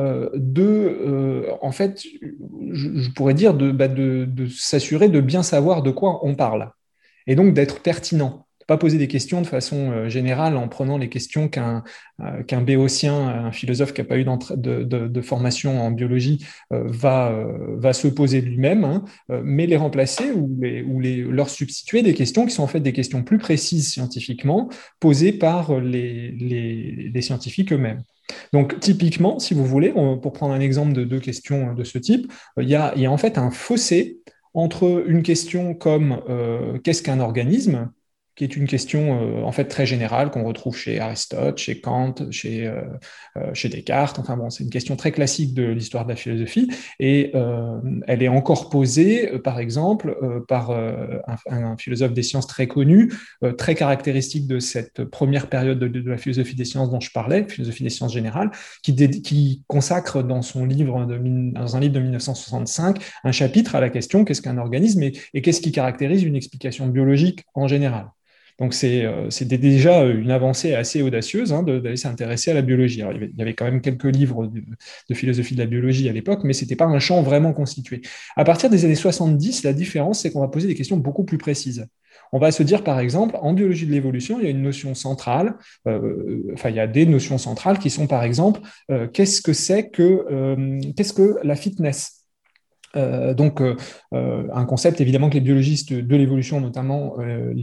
en fait, je pourrais dire, de s'assurer de bien savoir de quoi on parle et donc d'être pertinent. Pas poser des questions de façon générale en prenant les questions qu'un béotien, un philosophe qui n'a pas eu de formation en biologie, va se poser lui-même, hein, mais les remplacer leur substituer des questions qui sont en fait des questions plus précises scientifiquement, posées par les scientifiques eux-mêmes. Donc, typiquement, si vous voulez, pour prendre un exemple de deux questions de ce type, il y a en fait un fossé entre une question comme qu'est-ce qu'un organisme, qui est une question en fait très générale qu'on retrouve chez Aristote, chez Kant, chez Descartes. Enfin bon, c'est une question très classique de l'histoire de la philosophie et elle est encore posée, par exemple, par un philosophe des sciences très connu, très caractéristique de cette première période de la philosophie des sciences dont je parlais, philosophie des sciences générales, qui consacre dans son livre dans un livre de 1965 un chapitre à la question qu'est-ce qu'un organisme et qu'est-ce qui caractérise une explication biologique en général. Donc, c'était déjà une avancée assez audacieuse d'aller s'intéresser à la biologie. Alors, il y avait quand même quelques livres de philosophie de la biologie à l'époque, mais ce n'était pas un champ vraiment constitué. À partir des années 70, la différence, c'est qu'on va poser des questions beaucoup plus précises. On va se dire, par exemple, en biologie de l'évolution, il y a une notion centrale, il y a des notions centrales qui sont, par exemple, qu'est-ce que la fitness? Un concept évidemment que les biologistes de l'évolution, notamment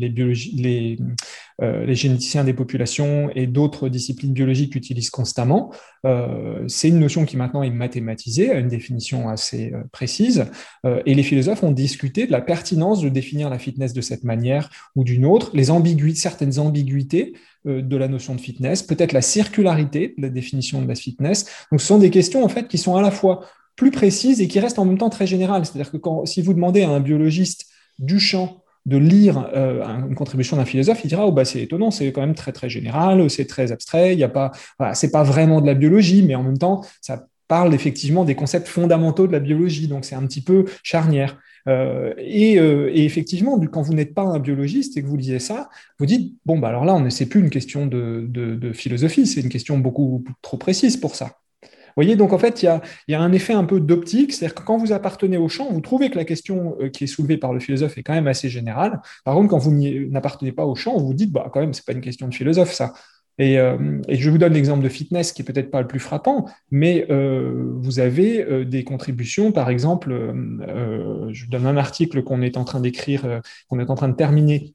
les généticiens des populations et d'autres disciplines biologiques utilisent constamment. C'est une notion qui maintenant est mathématisée, a une définition assez précise, et les philosophes ont discuté de la pertinence de définir la fitness de cette manière ou d'une autre, certaines ambiguïtés de la notion de fitness, peut-être la circularité de la définition de la fitness. Donc ce sont des questions en fait qui sont à la fois plus précises et qui restent en même temps très générales. C'est-à-dire que si vous demandez à un biologiste du champ de lire une contribution d'un philosophe, il dira c'est étonnant, c'est quand même très très général, c'est très abstrait, il y a pas, voilà, c'est pas vraiment de la biologie, mais en même temps, ça parle effectivement des concepts fondamentaux de la biologie, donc c'est un petit peu charnière. Et effectivement, quand vous n'êtes pas un biologiste et que vous lisez ça, vous dites alors là, c'est plus une question de philosophie, c'est une question beaucoup trop précise pour ça. Vous voyez, donc en fait, il y a un effet un peu d'optique, c'est-à-dire que quand vous appartenez au champ, vous trouvez que la question qui est soulevée par le philosophe est quand même assez générale. Par contre, quand vous n'appartenez pas au champ, vous vous dites, quand même, c'est pas une question de philosophe, ça. Et je vous donne l'exemple de fitness, qui est peut-être pas le plus frappant, mais vous avez des contributions, par exemple, je vous donne un article qu'on est en train d'écrire, qu'on est en train de terminer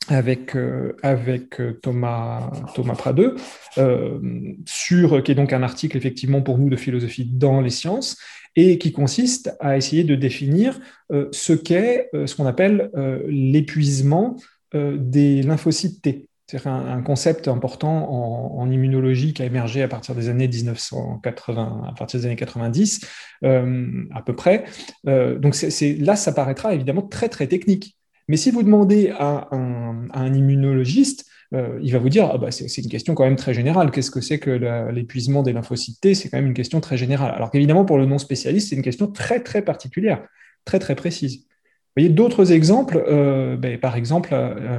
avec Thomas Pradeux, qui est donc un article effectivement pour nous de philosophie dans les sciences, et qui consiste à essayer de définir ce qu'est ce qu'on appelle l'épuisement des lymphocytes T. C'est-à-dire un concept important en immunologie qui a émergé à partir des années 1980, à partir des années 90, à peu près. Donc là, ça paraîtra évidemment très, très technique. Mais si vous demandez à un immunologiste, il va vous dire c'est une question quand même très générale. Qu'est-ce que c'est que l'épuisement des lymphocytes T? C'est quand même une question très générale. Alors qu'évidemment, pour le non-spécialiste, c'est une question très, très particulière, très, très précise. Vous voyez d'autres exemples, par exemple,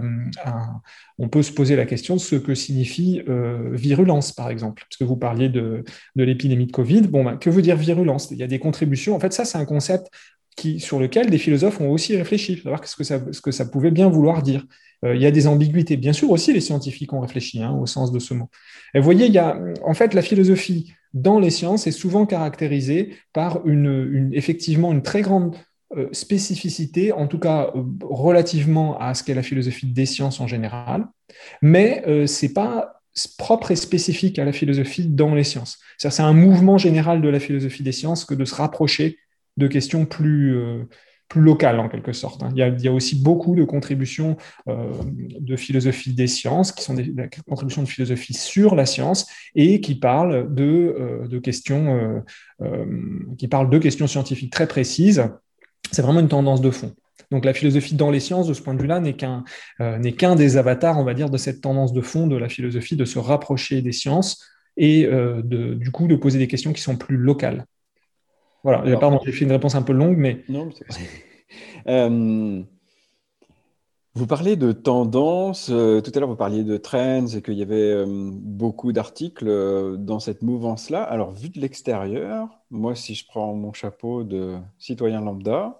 on peut se poser la question de ce que signifie virulence, par exemple, parce que vous parliez de l'épidémie de Covid. Que veut dire virulence? Il y a des contributions. En fait, ça, c'est un concept sur lequel des philosophes ont aussi réfléchi, savoir ce que ça pouvait bien vouloir dire. Il y a des ambiguïtés. Bien sûr, aussi, les scientifiques ont réfléchi au sens de ce mot. Et vous voyez, en fait, la philosophie dans les sciences est souvent caractérisée par effectivement une très grande spécificité, en tout cas relativement à ce qu'est la philosophie des sciences en général, mais ce n'est pas propre et spécifique à la philosophie dans les sciences. C'est un mouvement général de la philosophie des sciences que de se rapprocher de questions plus locales, en quelque sorte. Il y a aussi beaucoup de contributions de philosophie des sciences, qui sont des contributions de philosophie sur la science, et qui parlent de questions scientifiques très précises. C'est vraiment une tendance de fond. Donc la philosophie dans les sciences, de ce point de vue-là, n'est qu'un des avatars, on va dire, de cette tendance de fond de la philosophie, de se rapprocher des sciences et du coup de poser des questions qui sont plus locales. Voilà, pardon, j'ai fait une réponse un peu longue, mais... Non, mais c'est... Vous parlez de tendances, tout à l'heure vous parliez de trends et qu'il y avait beaucoup d'articles dans cette mouvance-là. Alors, vu de l'extérieur, moi, si je prends mon chapeau de citoyen lambda,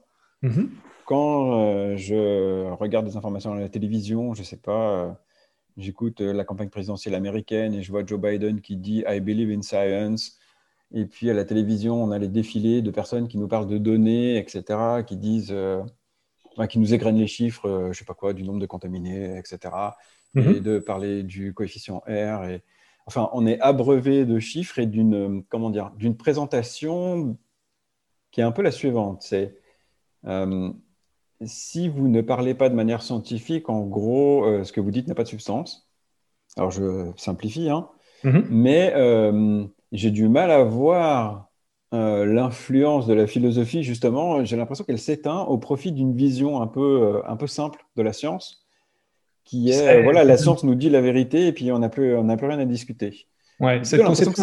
quand je regarde des informations à la télévision, je ne sais pas, j'écoute la campagne présidentielle américaine et je vois Joe Biden qui dit I believe in science. Et puis à la télévision, on a les défilés de personnes qui nous parlent de données, etc., qui disent, qui nous égrènent les chiffres, je ne sais pas quoi, du nombre de contaminés, etc., et de parler du coefficient R. Enfin, on est abreuvé de chiffres et d'une présentation qui est un peu la suivante. C'est si vous ne parlez pas de manière scientifique, en gros, ce que vous dites n'a pas de substance. Alors, je simplifie, mais j'ai du mal à voir l'influence de la philosophie, justement. J'ai l'impression qu'elle s'éteint au profit d'une vision un peu simple de la science, qui est, voilà, la science nous dit la vérité et puis on n'a plus rien à discuter. Ouais, j'ai l'impression que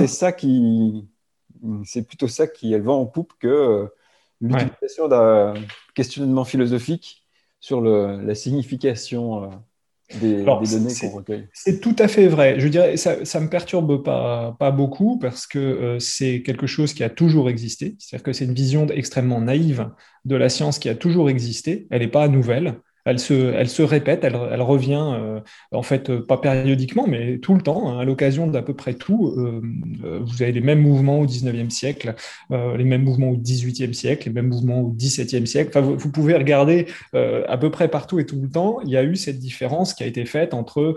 c'est plutôt ça qui est le vent en poupe que l'utilisation d'un questionnement philosophique sur la signification des Alors, données qu'on recueille. c'est tout à fait vrai. Je dirais, ça ne me perturbe pas beaucoup parce que c'est quelque chose qui a toujours existé. C'est-à-dire que c'est une vision extrêmement naïve de la science qui a toujours existé. Elle n'est pas nouvelle. Elle se répète, elle revient en fait pas périodiquement, mais tout le temps, hein, à l'occasion d'à peu près tout. Vous avez les mêmes mouvements au 19e siècle, les mêmes mouvements au 18e siècle, les mêmes mouvements au 17e siècle. Enfin, vous pouvez regarder à peu près partout et tout le temps, il y a eu cette différence qui a été faite entre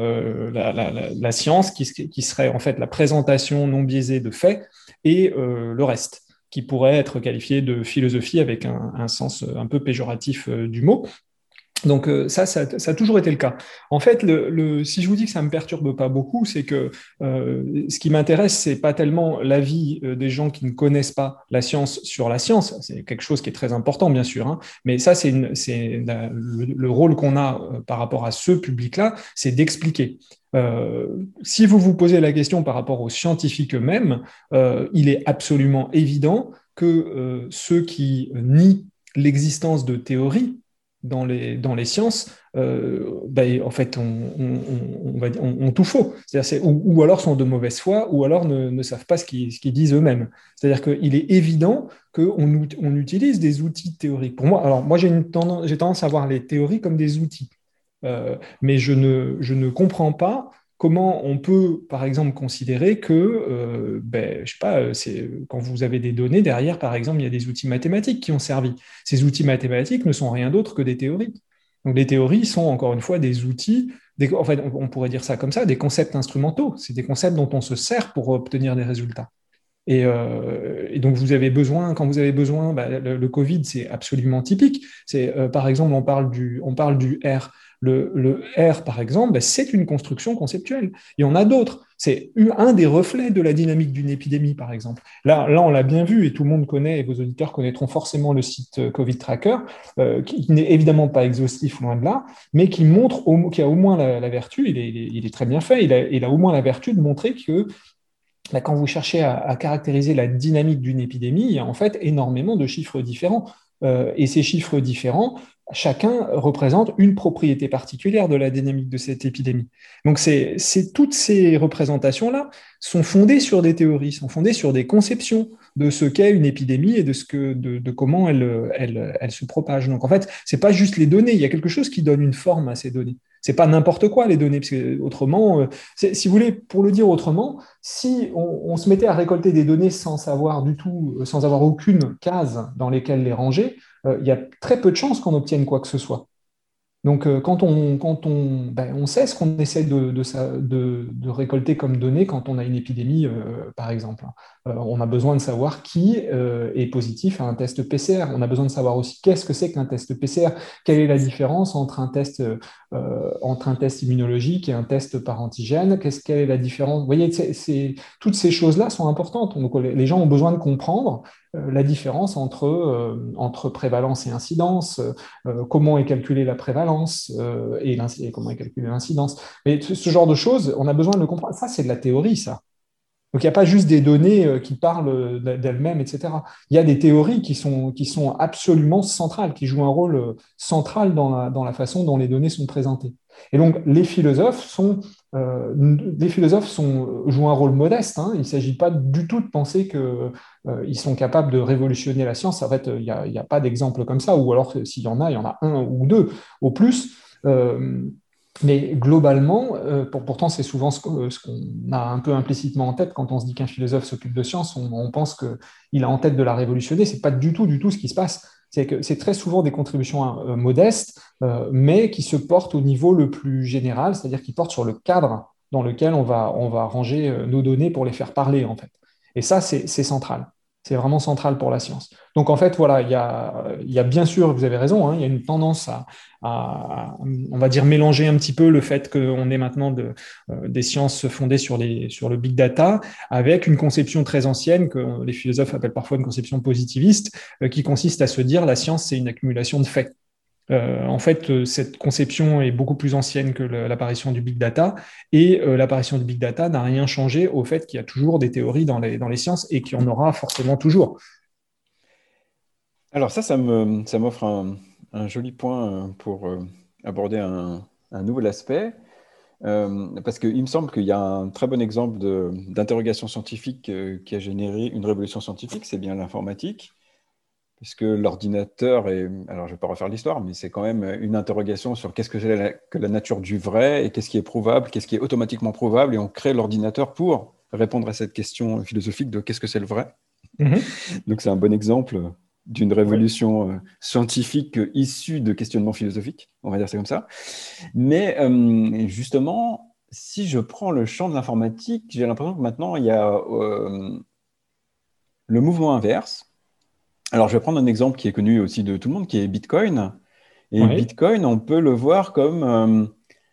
la science, qui serait en fait la présentation non biaisée de faits, et le reste, qui pourrait être qualifié de philosophie avec un sens un peu péjoratif du mot. Donc ça a toujours été le cas. En fait, si je vous dis que ça me perturbe pas beaucoup, c'est que ce qui m'intéresse, c'est pas tellement l'avis des gens qui ne connaissent pas la science sur la science. C'est quelque chose qui est très important, bien sûr, hein, mais ça, le rôle qu'on a par rapport à ce public-là, c'est d'expliquer. Si vous vous posez la question par rapport aux scientifiques eux-mêmes, il est absolument évident que ceux qui nient l'existence de théories dans les sciences, en fait, on tout faux. Ou alors sont de mauvaise foi, ou alors ne savent pas ce qu'ils disent eux-mêmes. C'est-à-dire qu'il est évident qu'on utilise des outils théoriques. Pour moi, alors moi j'ai tendance à voir les théories comme des outils. Mais je ne comprends pas comment on peut, par exemple, considérer que, je sais pas, quand vous avez des données derrière, par exemple, il y a des outils mathématiques qui ont servi. Ces outils mathématiques ne sont rien d'autre que des théories. Donc les théories sont encore une fois des outils, en fait, on pourrait dire ça comme ça, des concepts instrumentaux. C'est des concepts dont on se sert pour obtenir des résultats. Et donc, quand vous avez besoin, le Covid, c'est absolument typique. Par exemple, on parle du R. Le R, par exemple, c'est une construction conceptuelle. Il y en a d'autres. C'est un des reflets de la dynamique d'une épidémie, par exemple. Là, on l'a bien vu, et tout le monde connaît, et vos auditeurs connaîtront forcément le site Covid Tracker, qui n'est évidemment pas exhaustif, loin de là, mais qui montre, qui a au moins la vertu, il est très bien fait, il a au moins la vertu de montrer que quand vous cherchez à caractériser la dynamique d'une épidémie, il y a en fait énormément de chiffres différents. Et ces chiffres différents, chacun représente une propriété particulière de la dynamique de cette épidémie. Donc, toutes ces représentations-là sont fondées sur des théories, sont fondées sur des conceptions de ce qu'est une épidémie et de comment elle se propage. Donc, en fait, ce n'est pas juste les données, il y a quelque chose qui donne une forme à ces données. Ce n'est pas n'importe quoi, les données, parce que autrement, si vous voulez, pour le dire autrement, si on se mettait à récolter des données sans savoir du tout, sans avoir aucune case dans lesquelles les ranger, il y a très peu de chances qu'on obtienne quoi que ce soit. Donc, on sait ce qu'on essaie de récolter comme données quand on a une épidémie, par exemple. On a besoin de savoir qui est positif à un test PCR. On a besoin de savoir aussi qu'est-ce que c'est qu'un test PCR, quelle est la différence entre un test immunologique et un test par antigène, quelle est la différence. Vous voyez, toutes ces choses-là sont importantes. Donc, les gens ont besoin de comprendre la différence entre prévalence et incidence, comment est calculée la prévalence et comment est calculée l'incidence. Mais ce genre de choses, on a besoin de le comprendre. Ça, c'est de la théorie, ça. Donc, il n'y a pas juste des données qui parlent d'elles-mêmes, etc. Il y a des théories qui sont absolument centrales, qui jouent un rôle central dans la façon dont les données sont présentées. Et donc, jouent un rôle modeste. Hein. Il ne s'agit pas du tout de penser qu'ils sont capables de révolutionner la science. En fait, il n'y a pas d'exemple comme ça, ou alors s'il y en a un ou deux au plus. Mais globalement, pourtant c'est souvent ce qu'on a un peu implicitement en tête quand on se dit qu'un philosophe s'occupe de science, on pense qu'il a en tête de la révolutionner. C'est pas du tout ce qui se passe. C'est que c'est très souvent des contributions modestes, mais qui se portent au niveau le plus général, c'est-à-dire qui portent sur le cadre dans lequel on va ranger nos données pour les faire parler, en fait. Et ça, c'est central. C'est vraiment central pour la science. Donc, en fait, voilà, il y a bien sûr, vous avez raison, hein, il y a une tendance on va dire, mélanger un petit peu le fait qu'on ait maintenant des sciences fondées sur le big data avec une conception très ancienne que les philosophes appellent parfois une conception positiviste, qui consiste à se dire la science, c'est une accumulation de faits. En fait, cette conception est beaucoup plus ancienne que l'apparition du big data, et l'apparition du big data n'a rien changé au fait qu'il y a toujours des théories dans les sciences et qu'il y en aura forcément toujours. Alors ça m'offre un joli point pour aborder un nouvel aspect. Parce qu'il me semble qu'il y a un très bon exemple d'interrogation scientifique qui a généré une révolution scientifique, c'est bien l'informatique, puisque l'ordinateur est... Alors, je ne vais pas refaire l'histoire, mais c'est quand même une interrogation sur qu'est-ce que c'est que la nature du vrai et qu'est-ce qui est prouvable, qu'est-ce qui est automatiquement prouvable, et on crée l'ordinateur pour répondre à cette question philosophique de qu'est-ce que c'est le vrai. Donc, c'est un bon exemple d'une révolution scientifique issue de questionnements philosophiques, on va dire c'est comme ça. Mais justement, si je prends le champ de l'informatique, j'ai l'impression que maintenant, il y a le mouvement inverse. Alors, je vais prendre un exemple qui est connu aussi de tout le monde, qui est Bitcoin. Et Oui. Bitcoin, on peut le voir comme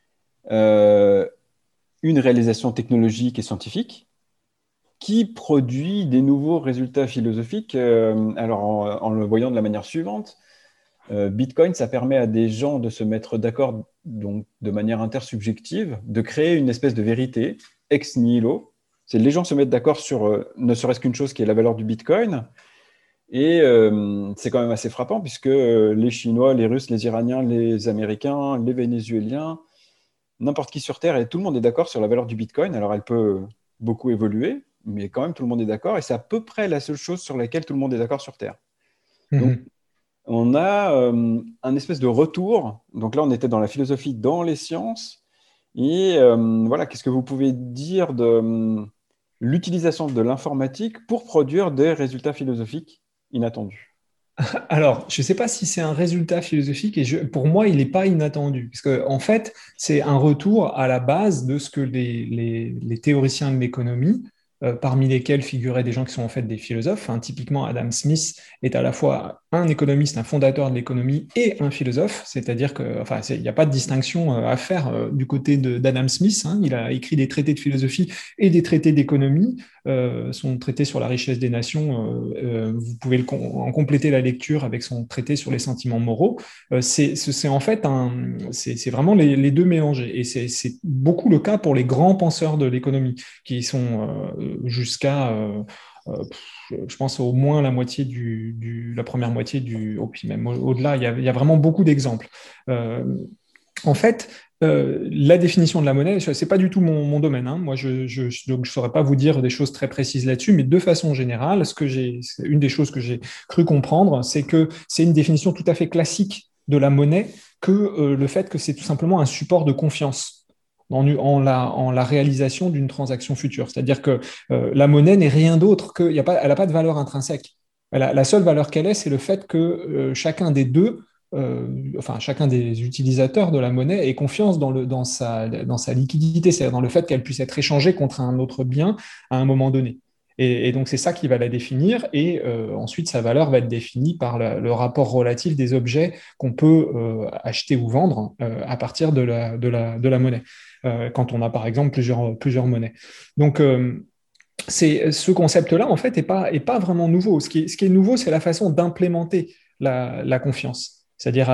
une réalisation technologique et scientifique qui produit des nouveaux résultats philosophiques. Alors, en le voyant de la manière suivante, Bitcoin, ça permet à des gens de se mettre d'accord donc, de manière intersubjective, de créer une espèce de vérité ex nihilo. C'est les gens se mettent d'accord sur ne serait-ce qu'une chose qui est la valeur du Bitcoin. Et c'est quand même assez frappant puisque les Chinois, les Russes, les Iraniens, les Américains, les Vénézuéliens, n'importe qui sur Terre, et tout le monde est d'accord sur la valeur du Bitcoin. Alors elle peut beaucoup évoluer, mais quand même tout le monde est d'accord. Et c'est à peu près la seule chose sur laquelle tout le monde est d'accord sur Terre. Donc on a un espèce de retour. Donc là, on était dans la philosophie, dans les sciences. Et voilà, qu'est-ce que vous pouvez dire de l'utilisation de l'informatique pour produire des résultats philosophiques inattendus? Alors, je ne sais pas si c'est un résultat philosophique et pour moi, il n'est pas inattendu. Parce qu'en fait, c'est un retour à la base de ce que les théoriciens de l'économie, parmi lesquels figuraient des gens qui sont en fait des philosophes, hein. Typiquement, Adam Smith est à la fois un économiste, un fondateur de l'économie et un philosophe. C'est-à-dire que, enfin, il n'y a pas de distinction à faire du côté d'Adam Smith, hein. Il a écrit des traités de philosophie et des traités d'économie. Son traité sur la richesse des nations, vous pouvez en compléter la lecture avec son traité sur les sentiments moraux. C'est en fait c'est vraiment les deux mélangés. Et c'est beaucoup le cas pour les grands penseurs de l'économie, qui sont jusqu'à je pense au moins la moitié la première moitié puis même au-delà, il y a vraiment beaucoup d'exemples. En fait, la définition de la monnaie, ce n'est pas du tout mon domaine, hein. Moi, donc je ne saurais pas vous dire des choses très précises là-dessus, mais de façon générale, une des choses que j'ai cru comprendre, c'est que c'est une définition tout à fait classique de la monnaie que le fait que c'est tout simplement un support de confiance en la réalisation d'une transaction future. C'est-à-dire que la monnaie n'est rien d'autre elle n'a pas de valeur intrinsèque. La seule valeur qu'elle est, c'est le fait que chacun des deux enfin, chacun des utilisateurs de la monnaie ait confiance dans sa liquidité, c'est-à-dire dans le fait qu'elle puisse être échangée contre un autre bien à un moment donné. Et donc, c'est ça qui va la définir. Et ensuite, sa valeur va être définie par le rapport relatif des objets qu'on peut acheter ou vendre à partir de la monnaie, quand on a, par exemple, plusieurs monnaies. Donc, ce concept-là, en fait, est pas vraiment nouveau. Ce qui est nouveau, c'est la façon d'implémenter la confiance. C'est-à-dire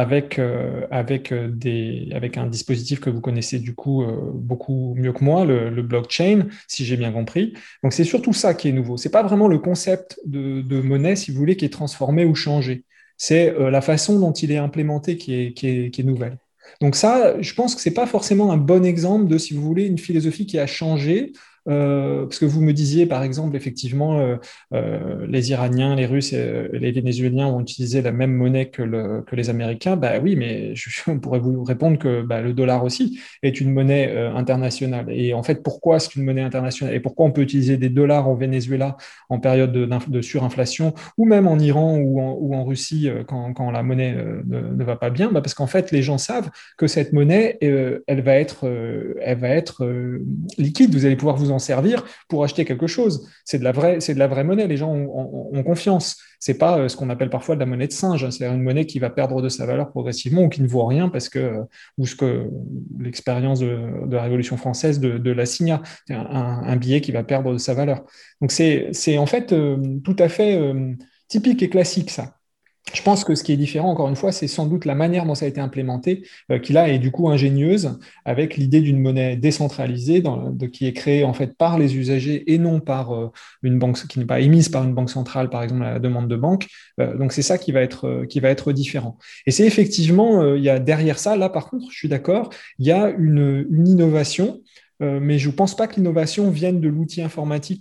avec un dispositif que vous connaissez du coup beaucoup mieux que moi, le blockchain, si j'ai bien compris. Donc c'est surtout ça qui est nouveau. C'est pas vraiment le concept de monnaie, si vous voulez, qui est transformé ou changé. C'est la façon dont il est implémenté qui est nouvelle. Donc ça, je pense que c'est pas forcément un bon exemple de, si vous voulez, une philosophie qui a changé. Parce que vous me disiez, par exemple, effectivement, les Iraniens, les Russes et les Vénézuéliens ont utilisé la même monnaie que les Américains. Bah oui, mais on pourrait vous répondre que bah, le dollar aussi est une monnaie internationale. Et en fait, pourquoi c'est une monnaie internationale et pourquoi on peut utiliser des dollars au Venezuela en période de surinflation ou même en Iran ou en Russie quand la monnaie ne va pas bien? Bah parce qu'en fait, les gens savent que cette monnaie, elle va être liquide. Vous allez pouvoir vous en servir pour acheter quelque chose. C'est de la vraie monnaie. Les gens ont confiance. C'est pas ce qu'on appelle parfois de la monnaie de singe. C'est-à-dire une monnaie qui va perdre de sa valeur progressivement ou qui ne vaut rien parce que, ou ce que l'expérience de la Révolution française de l'assignat, un billet qui va perdre de sa valeur. Donc c'est en fait tout à fait typique et classique ça. Je pense que ce qui est différent, encore une fois, c'est sans doute la manière dont ça a été implémenté, qui là est du coup ingénieuse, avec l'idée d'une monnaie décentralisée qui est créée en fait par les usagers et non par une banque, qui n'est pas émise par une banque centrale, par exemple à la demande de banque. Donc c'est ça qui va être différent. Et c'est effectivement, il y a derrière ça, là par contre, je suis d'accord, il y a une innovation. Mais je ne pense pas que l'innovation vienne de l'outil informatique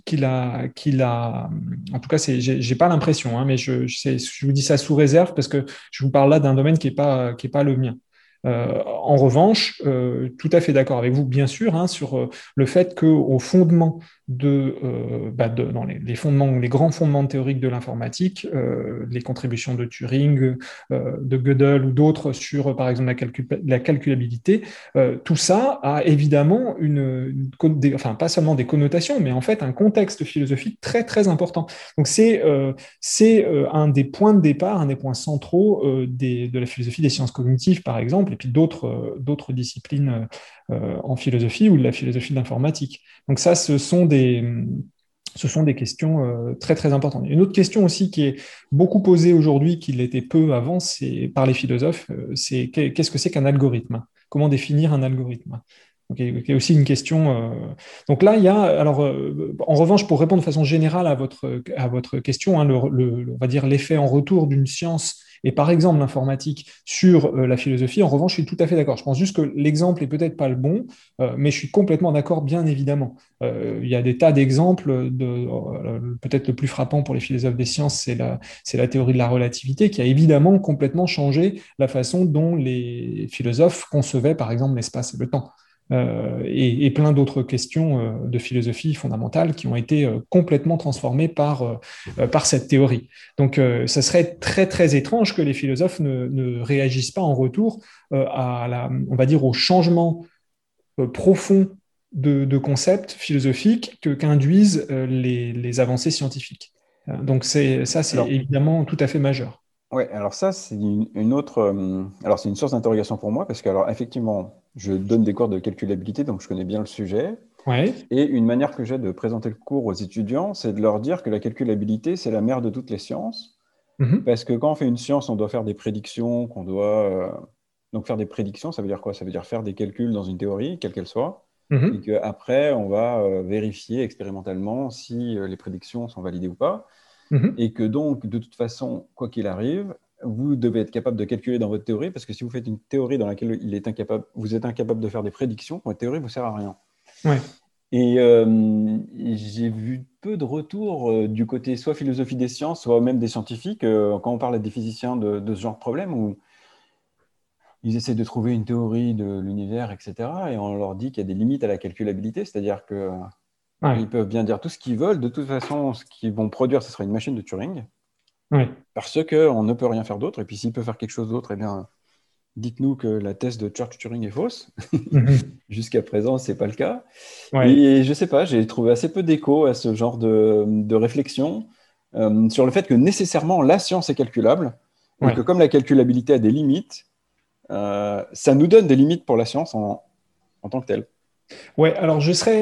en tout cas, j'ai pas l'impression, hein, mais je vous dis ça sous réserve parce que je vous parle là d'un domaine qui est pas le mien. En revanche, tout à fait d'accord avec vous, bien sûr, hein, sur le fait qu'au fondement dans les fondements, les grands fondements théoriques de l'informatique, les contributions de Turing, de Gödel ou d'autres sur, par exemple, la calculabilité, tout ça a évidemment enfin, pas seulement des connotations, mais en fait un contexte philosophique très, très important. Donc, c'est un des points de départ, un des points centraux de la philosophie des sciences cognitives, par exemple, et puis d'autres disciplines en philosophie ou de la philosophie de l'informatique. Donc, ça, ce sont des questions très, très importantes. Une autre question aussi qui est beaucoup posée aujourd'hui, qui l'était peu avant, c'est par les philosophes, c'est qu'est-ce que c'est qu'un algorithme? Comment définir un algorithme? Donc, il y a aussi une question. Donc là, il y a, alors, en revanche, pour répondre de façon générale à votre question, hein, on va dire l'effet en retour d'une science et par exemple l'informatique sur la philosophie, en revanche, je suis tout à fait d'accord. Je pense juste que l'exemple est peut-être pas le bon, mais je suis complètement d'accord, bien évidemment. Il y a des tas d'exemples. Peut-être le plus frappant pour les philosophes des sciences, c'est la théorie de la relativité qui a évidemment complètement changé la façon dont les philosophes concevaient, par exemple, l'espace et le temps. Et plein d'autres questions de philosophie fondamentale qui ont été complètement transformées par cette théorie. Donc, ça serait très, très étrange que les philosophes ne réagissent pas en retour on va dire, au changement profond de concepts philosophiques qu'induisent les avancées scientifiques. Donc, ça, c'est Alors, évidemment tout à fait majeur. ouais, alors ça, c'est une autre. Alors, c'est une source d'interrogation pour moi parce que, alors, effectivement, je donne des cours de calculabilité, donc je connais bien le sujet. Ouais. Et une manière que j'ai de présenter le cours aux étudiants, c'est de leur dire que la calculabilité, c'est la mère de toutes les sciences. Mhm. Parce que quand on fait une science, on doit faire des prédictions, qu'on doit. Donc, faire des prédictions, ça veut dire quoi? Ça veut dire faire des calculs dans une théorie, quelle qu'elle soit. Et Mhm. qu'après, on va vérifier expérimentalement si les prédictions sont validées ou pas. Mhm. Et que donc, de toute façon, quoi qu'il arrive, vous devez être capable de calculer dans votre théorie, parce que si vous faites une théorie dans laquelle vous êtes incapable de faire des prédictions, votre théorie ne vous sert à rien. Ouais. Et j'ai vu peu de retours du côté soit philosophie des sciences, soit même des scientifiques, quand on parle à des physiciens de ce genre de problème, où ils essaient de trouver une théorie de l'univers, etc. Et on leur dit qu'il y a des limites à la calculabilité, c'est-à-dire que Ouais. ils peuvent bien dire tout ce qu'ils veulent. De toute façon, ce qu'ils vont produire, ce sera une machine de Turing, Ouais. parce qu'on ne peut rien faire d'autre. Et puis s'il peut faire quelque chose d'autre, eh bien, dites-nous que la thèse de Church-Turing est fausse. Mhm. Jusqu'à présent, ce n'est pas le cas. Ouais. Et je ne sais pas, j'ai trouvé assez peu d'écho à ce genre de réflexion sur le fait que nécessairement la science est calculable et Ouais. que comme la calculabilité a des limites, ça nous donne des limites pour la science en tant que telle. Ouais, alors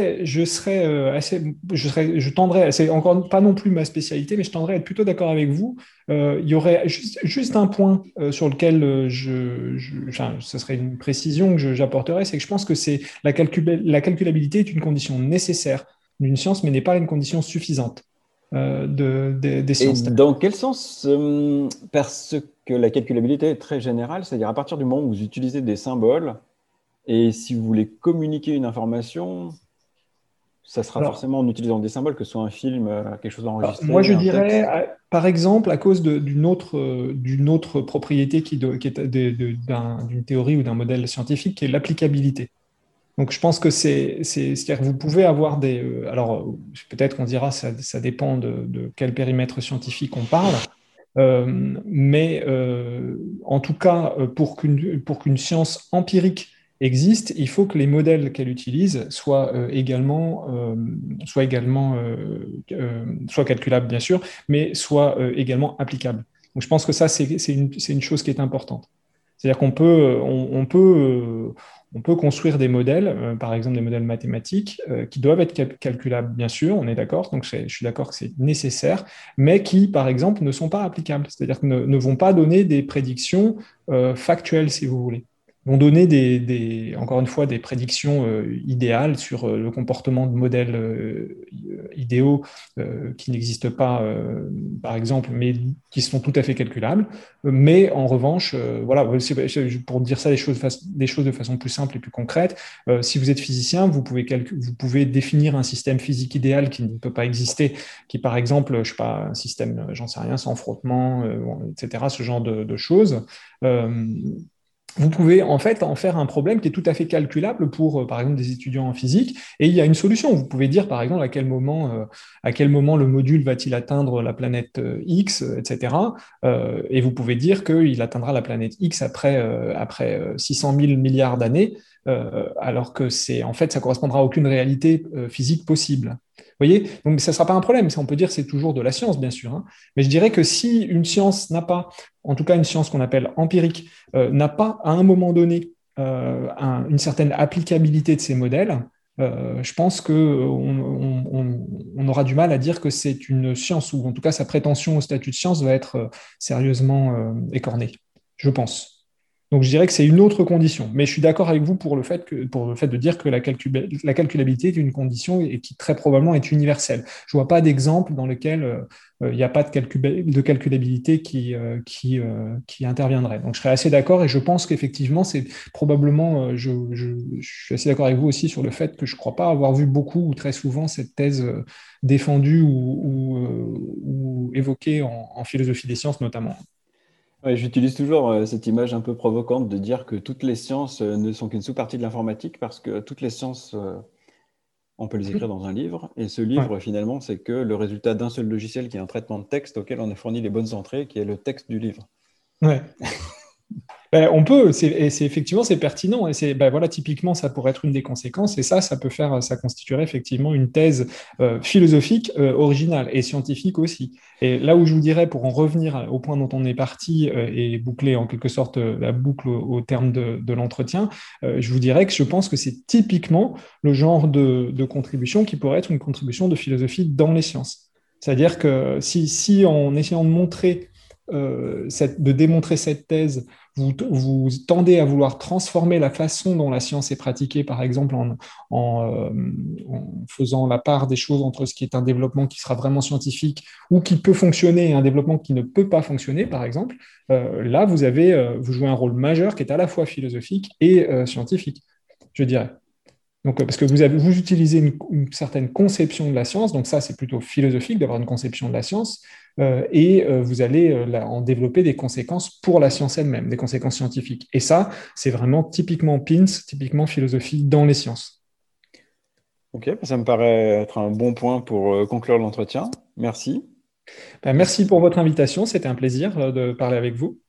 je tendrais, c'est encore pas non plus ma spécialité, mais je tendrais à être plutôt d'accord avec vous. Il y aurait juste un point sur lequel enfin, ce serait une précision que j'apporterais, c'est que je pense que la calculabilité est une condition nécessaire d'une science, mais n'est pas une condition suffisante des Et sciences. dans quel sens parce que la calculabilité est très générale, c'est-à-dire à partir du moment où vous utilisez des symboles, et si vous voulez communiquer une information, ça sera Alors, forcément en utilisant des symboles, que ce soit un film, quelque chose moi, enregistré, je un dirais, texte. par exemple, à cause d'une autre propriété qui est d'une théorie ou d'un modèle scientifique, qui est l'applicabilité. Donc, je pense que c'est-à-dire que vous pouvez avoir alors, peut-être qu'on dira, ça dépend de quel périmètre scientifique on parle, mais en tout cas, pour qu'une science empirique existe, il faut que les modèles qu'elle utilise soient calculables, bien sûr, mais soient également applicables. Donc, je pense que ça, c'est une chose qui est importante. C'est-à-dire qu'on peut construire des modèles, par exemple des modèles mathématiques, qui doivent être calculables, bien sûr, on est d'accord, donc je suis d'accord que c'est nécessaire, mais qui, par exemple, ne sont pas applicables, c'est-à-dire que ne vont pas donner des prédictions factuelles, si vous voulez. Vont donner encore une fois des prédictions idéales sur le comportement de modèles idéaux qui n'existent pas, par exemple, mais qui sont tout à fait calculables. Mais en revanche, voilà, pour dire ça des choses de façon plus simple et plus concrète, si vous êtes physicien, vous pouvez définir un système physique idéal qui ne peut pas exister, qui par exemple, je ne sais pas, un système, j'en sais rien, sans frottement, etc., ce genre de choses. Euh, Vous pouvez en fait en faire un problème qui est tout à fait calculable pour, par exemple, des étudiants en physique. Et il y a une solution. Vous pouvez dire, par exemple, à quel moment le module va-t-il atteindre la planète X, etc. Et vous pouvez dire qu'il atteindra la planète X après 600 000 milliards d'années, alors que en fait, ça correspondra à aucune réalité physique possible. Vous voyez? Donc, ça ne sera pas un problème. On peut dire que c'est toujours de la science, bien sûr, hein. Mais je dirais que si une science n'a pas, en tout cas une science qu'on appelle empirique, n'a pas à un moment donné une certaine applicabilité de ces modèles, je pense qu'on aura du mal à dire que c'est une science, ou en tout cas sa prétention au statut de science va être sérieusement écornée, je pense. Donc je dirais que c'est une autre condition. Mais je suis d'accord avec vous pour le fait de dire que la calculabilité est une condition et qui très probablement est universelle. Je ne vois pas d'exemple dans lequel il n'y a pas de calculabilité qui interviendrait. Donc je serais assez d'accord et je pense qu'effectivement, c'est probablement, je suis assez d'accord avec vous aussi sur le fait que je ne crois pas avoir vu beaucoup ou très souvent cette thèse défendue ou évoquée en philosophie des sciences notamment. Ouais, j'utilise toujours cette image un peu provocante de dire que toutes les sciences ne sont qu'une sous-partie de l'informatique parce que toutes les sciences, on peut les écrire dans un livre. Et ce Ouais. livre, finalement, c'est que le résultat d'un seul logiciel qui est un traitement de texte auquel on a fourni les bonnes entrées, qui est le texte du livre. Ouais. Ben, on peut, et effectivement c'est pertinent, et voilà, typiquement ça pourrait être une des conséquences, et ça constituerait effectivement une thèse philosophique originale et scientifique aussi. Et là où je vous dirais, pour en revenir au point dont on est parti et boucler en quelque sorte la boucle au terme de l'entretien, je vous dirais que je pense que c'est typiquement le genre de contribution qui pourrait être une contribution de philosophie dans les sciences. C'est-à-dire que si en essayant de démontrer cette thèse, vous tendez à vouloir transformer la façon dont la science est pratiquée, par exemple en faisant la part des choses entre ce qui est un développement qui sera vraiment scientifique ou qui peut fonctionner et un développement qui ne peut pas fonctionner, par exemple, là, vous jouez un rôle majeur qui est à la fois philosophique et scientifique, je dirais. Donc, parce que vous utilisez une certaine conception de la science, donc ça, c'est plutôt philosophique d'avoir une conception de la science, et vous allez en développer des conséquences pour la science elle-même, des conséquences scientifiques. Et ça, c'est vraiment typiquement PINS, typiquement philosophie dans les sciences. Ok, ça me paraît être un bon point pour conclure l'entretien. Merci. Ben, merci pour votre invitation, c'était un plaisir de parler avec vous.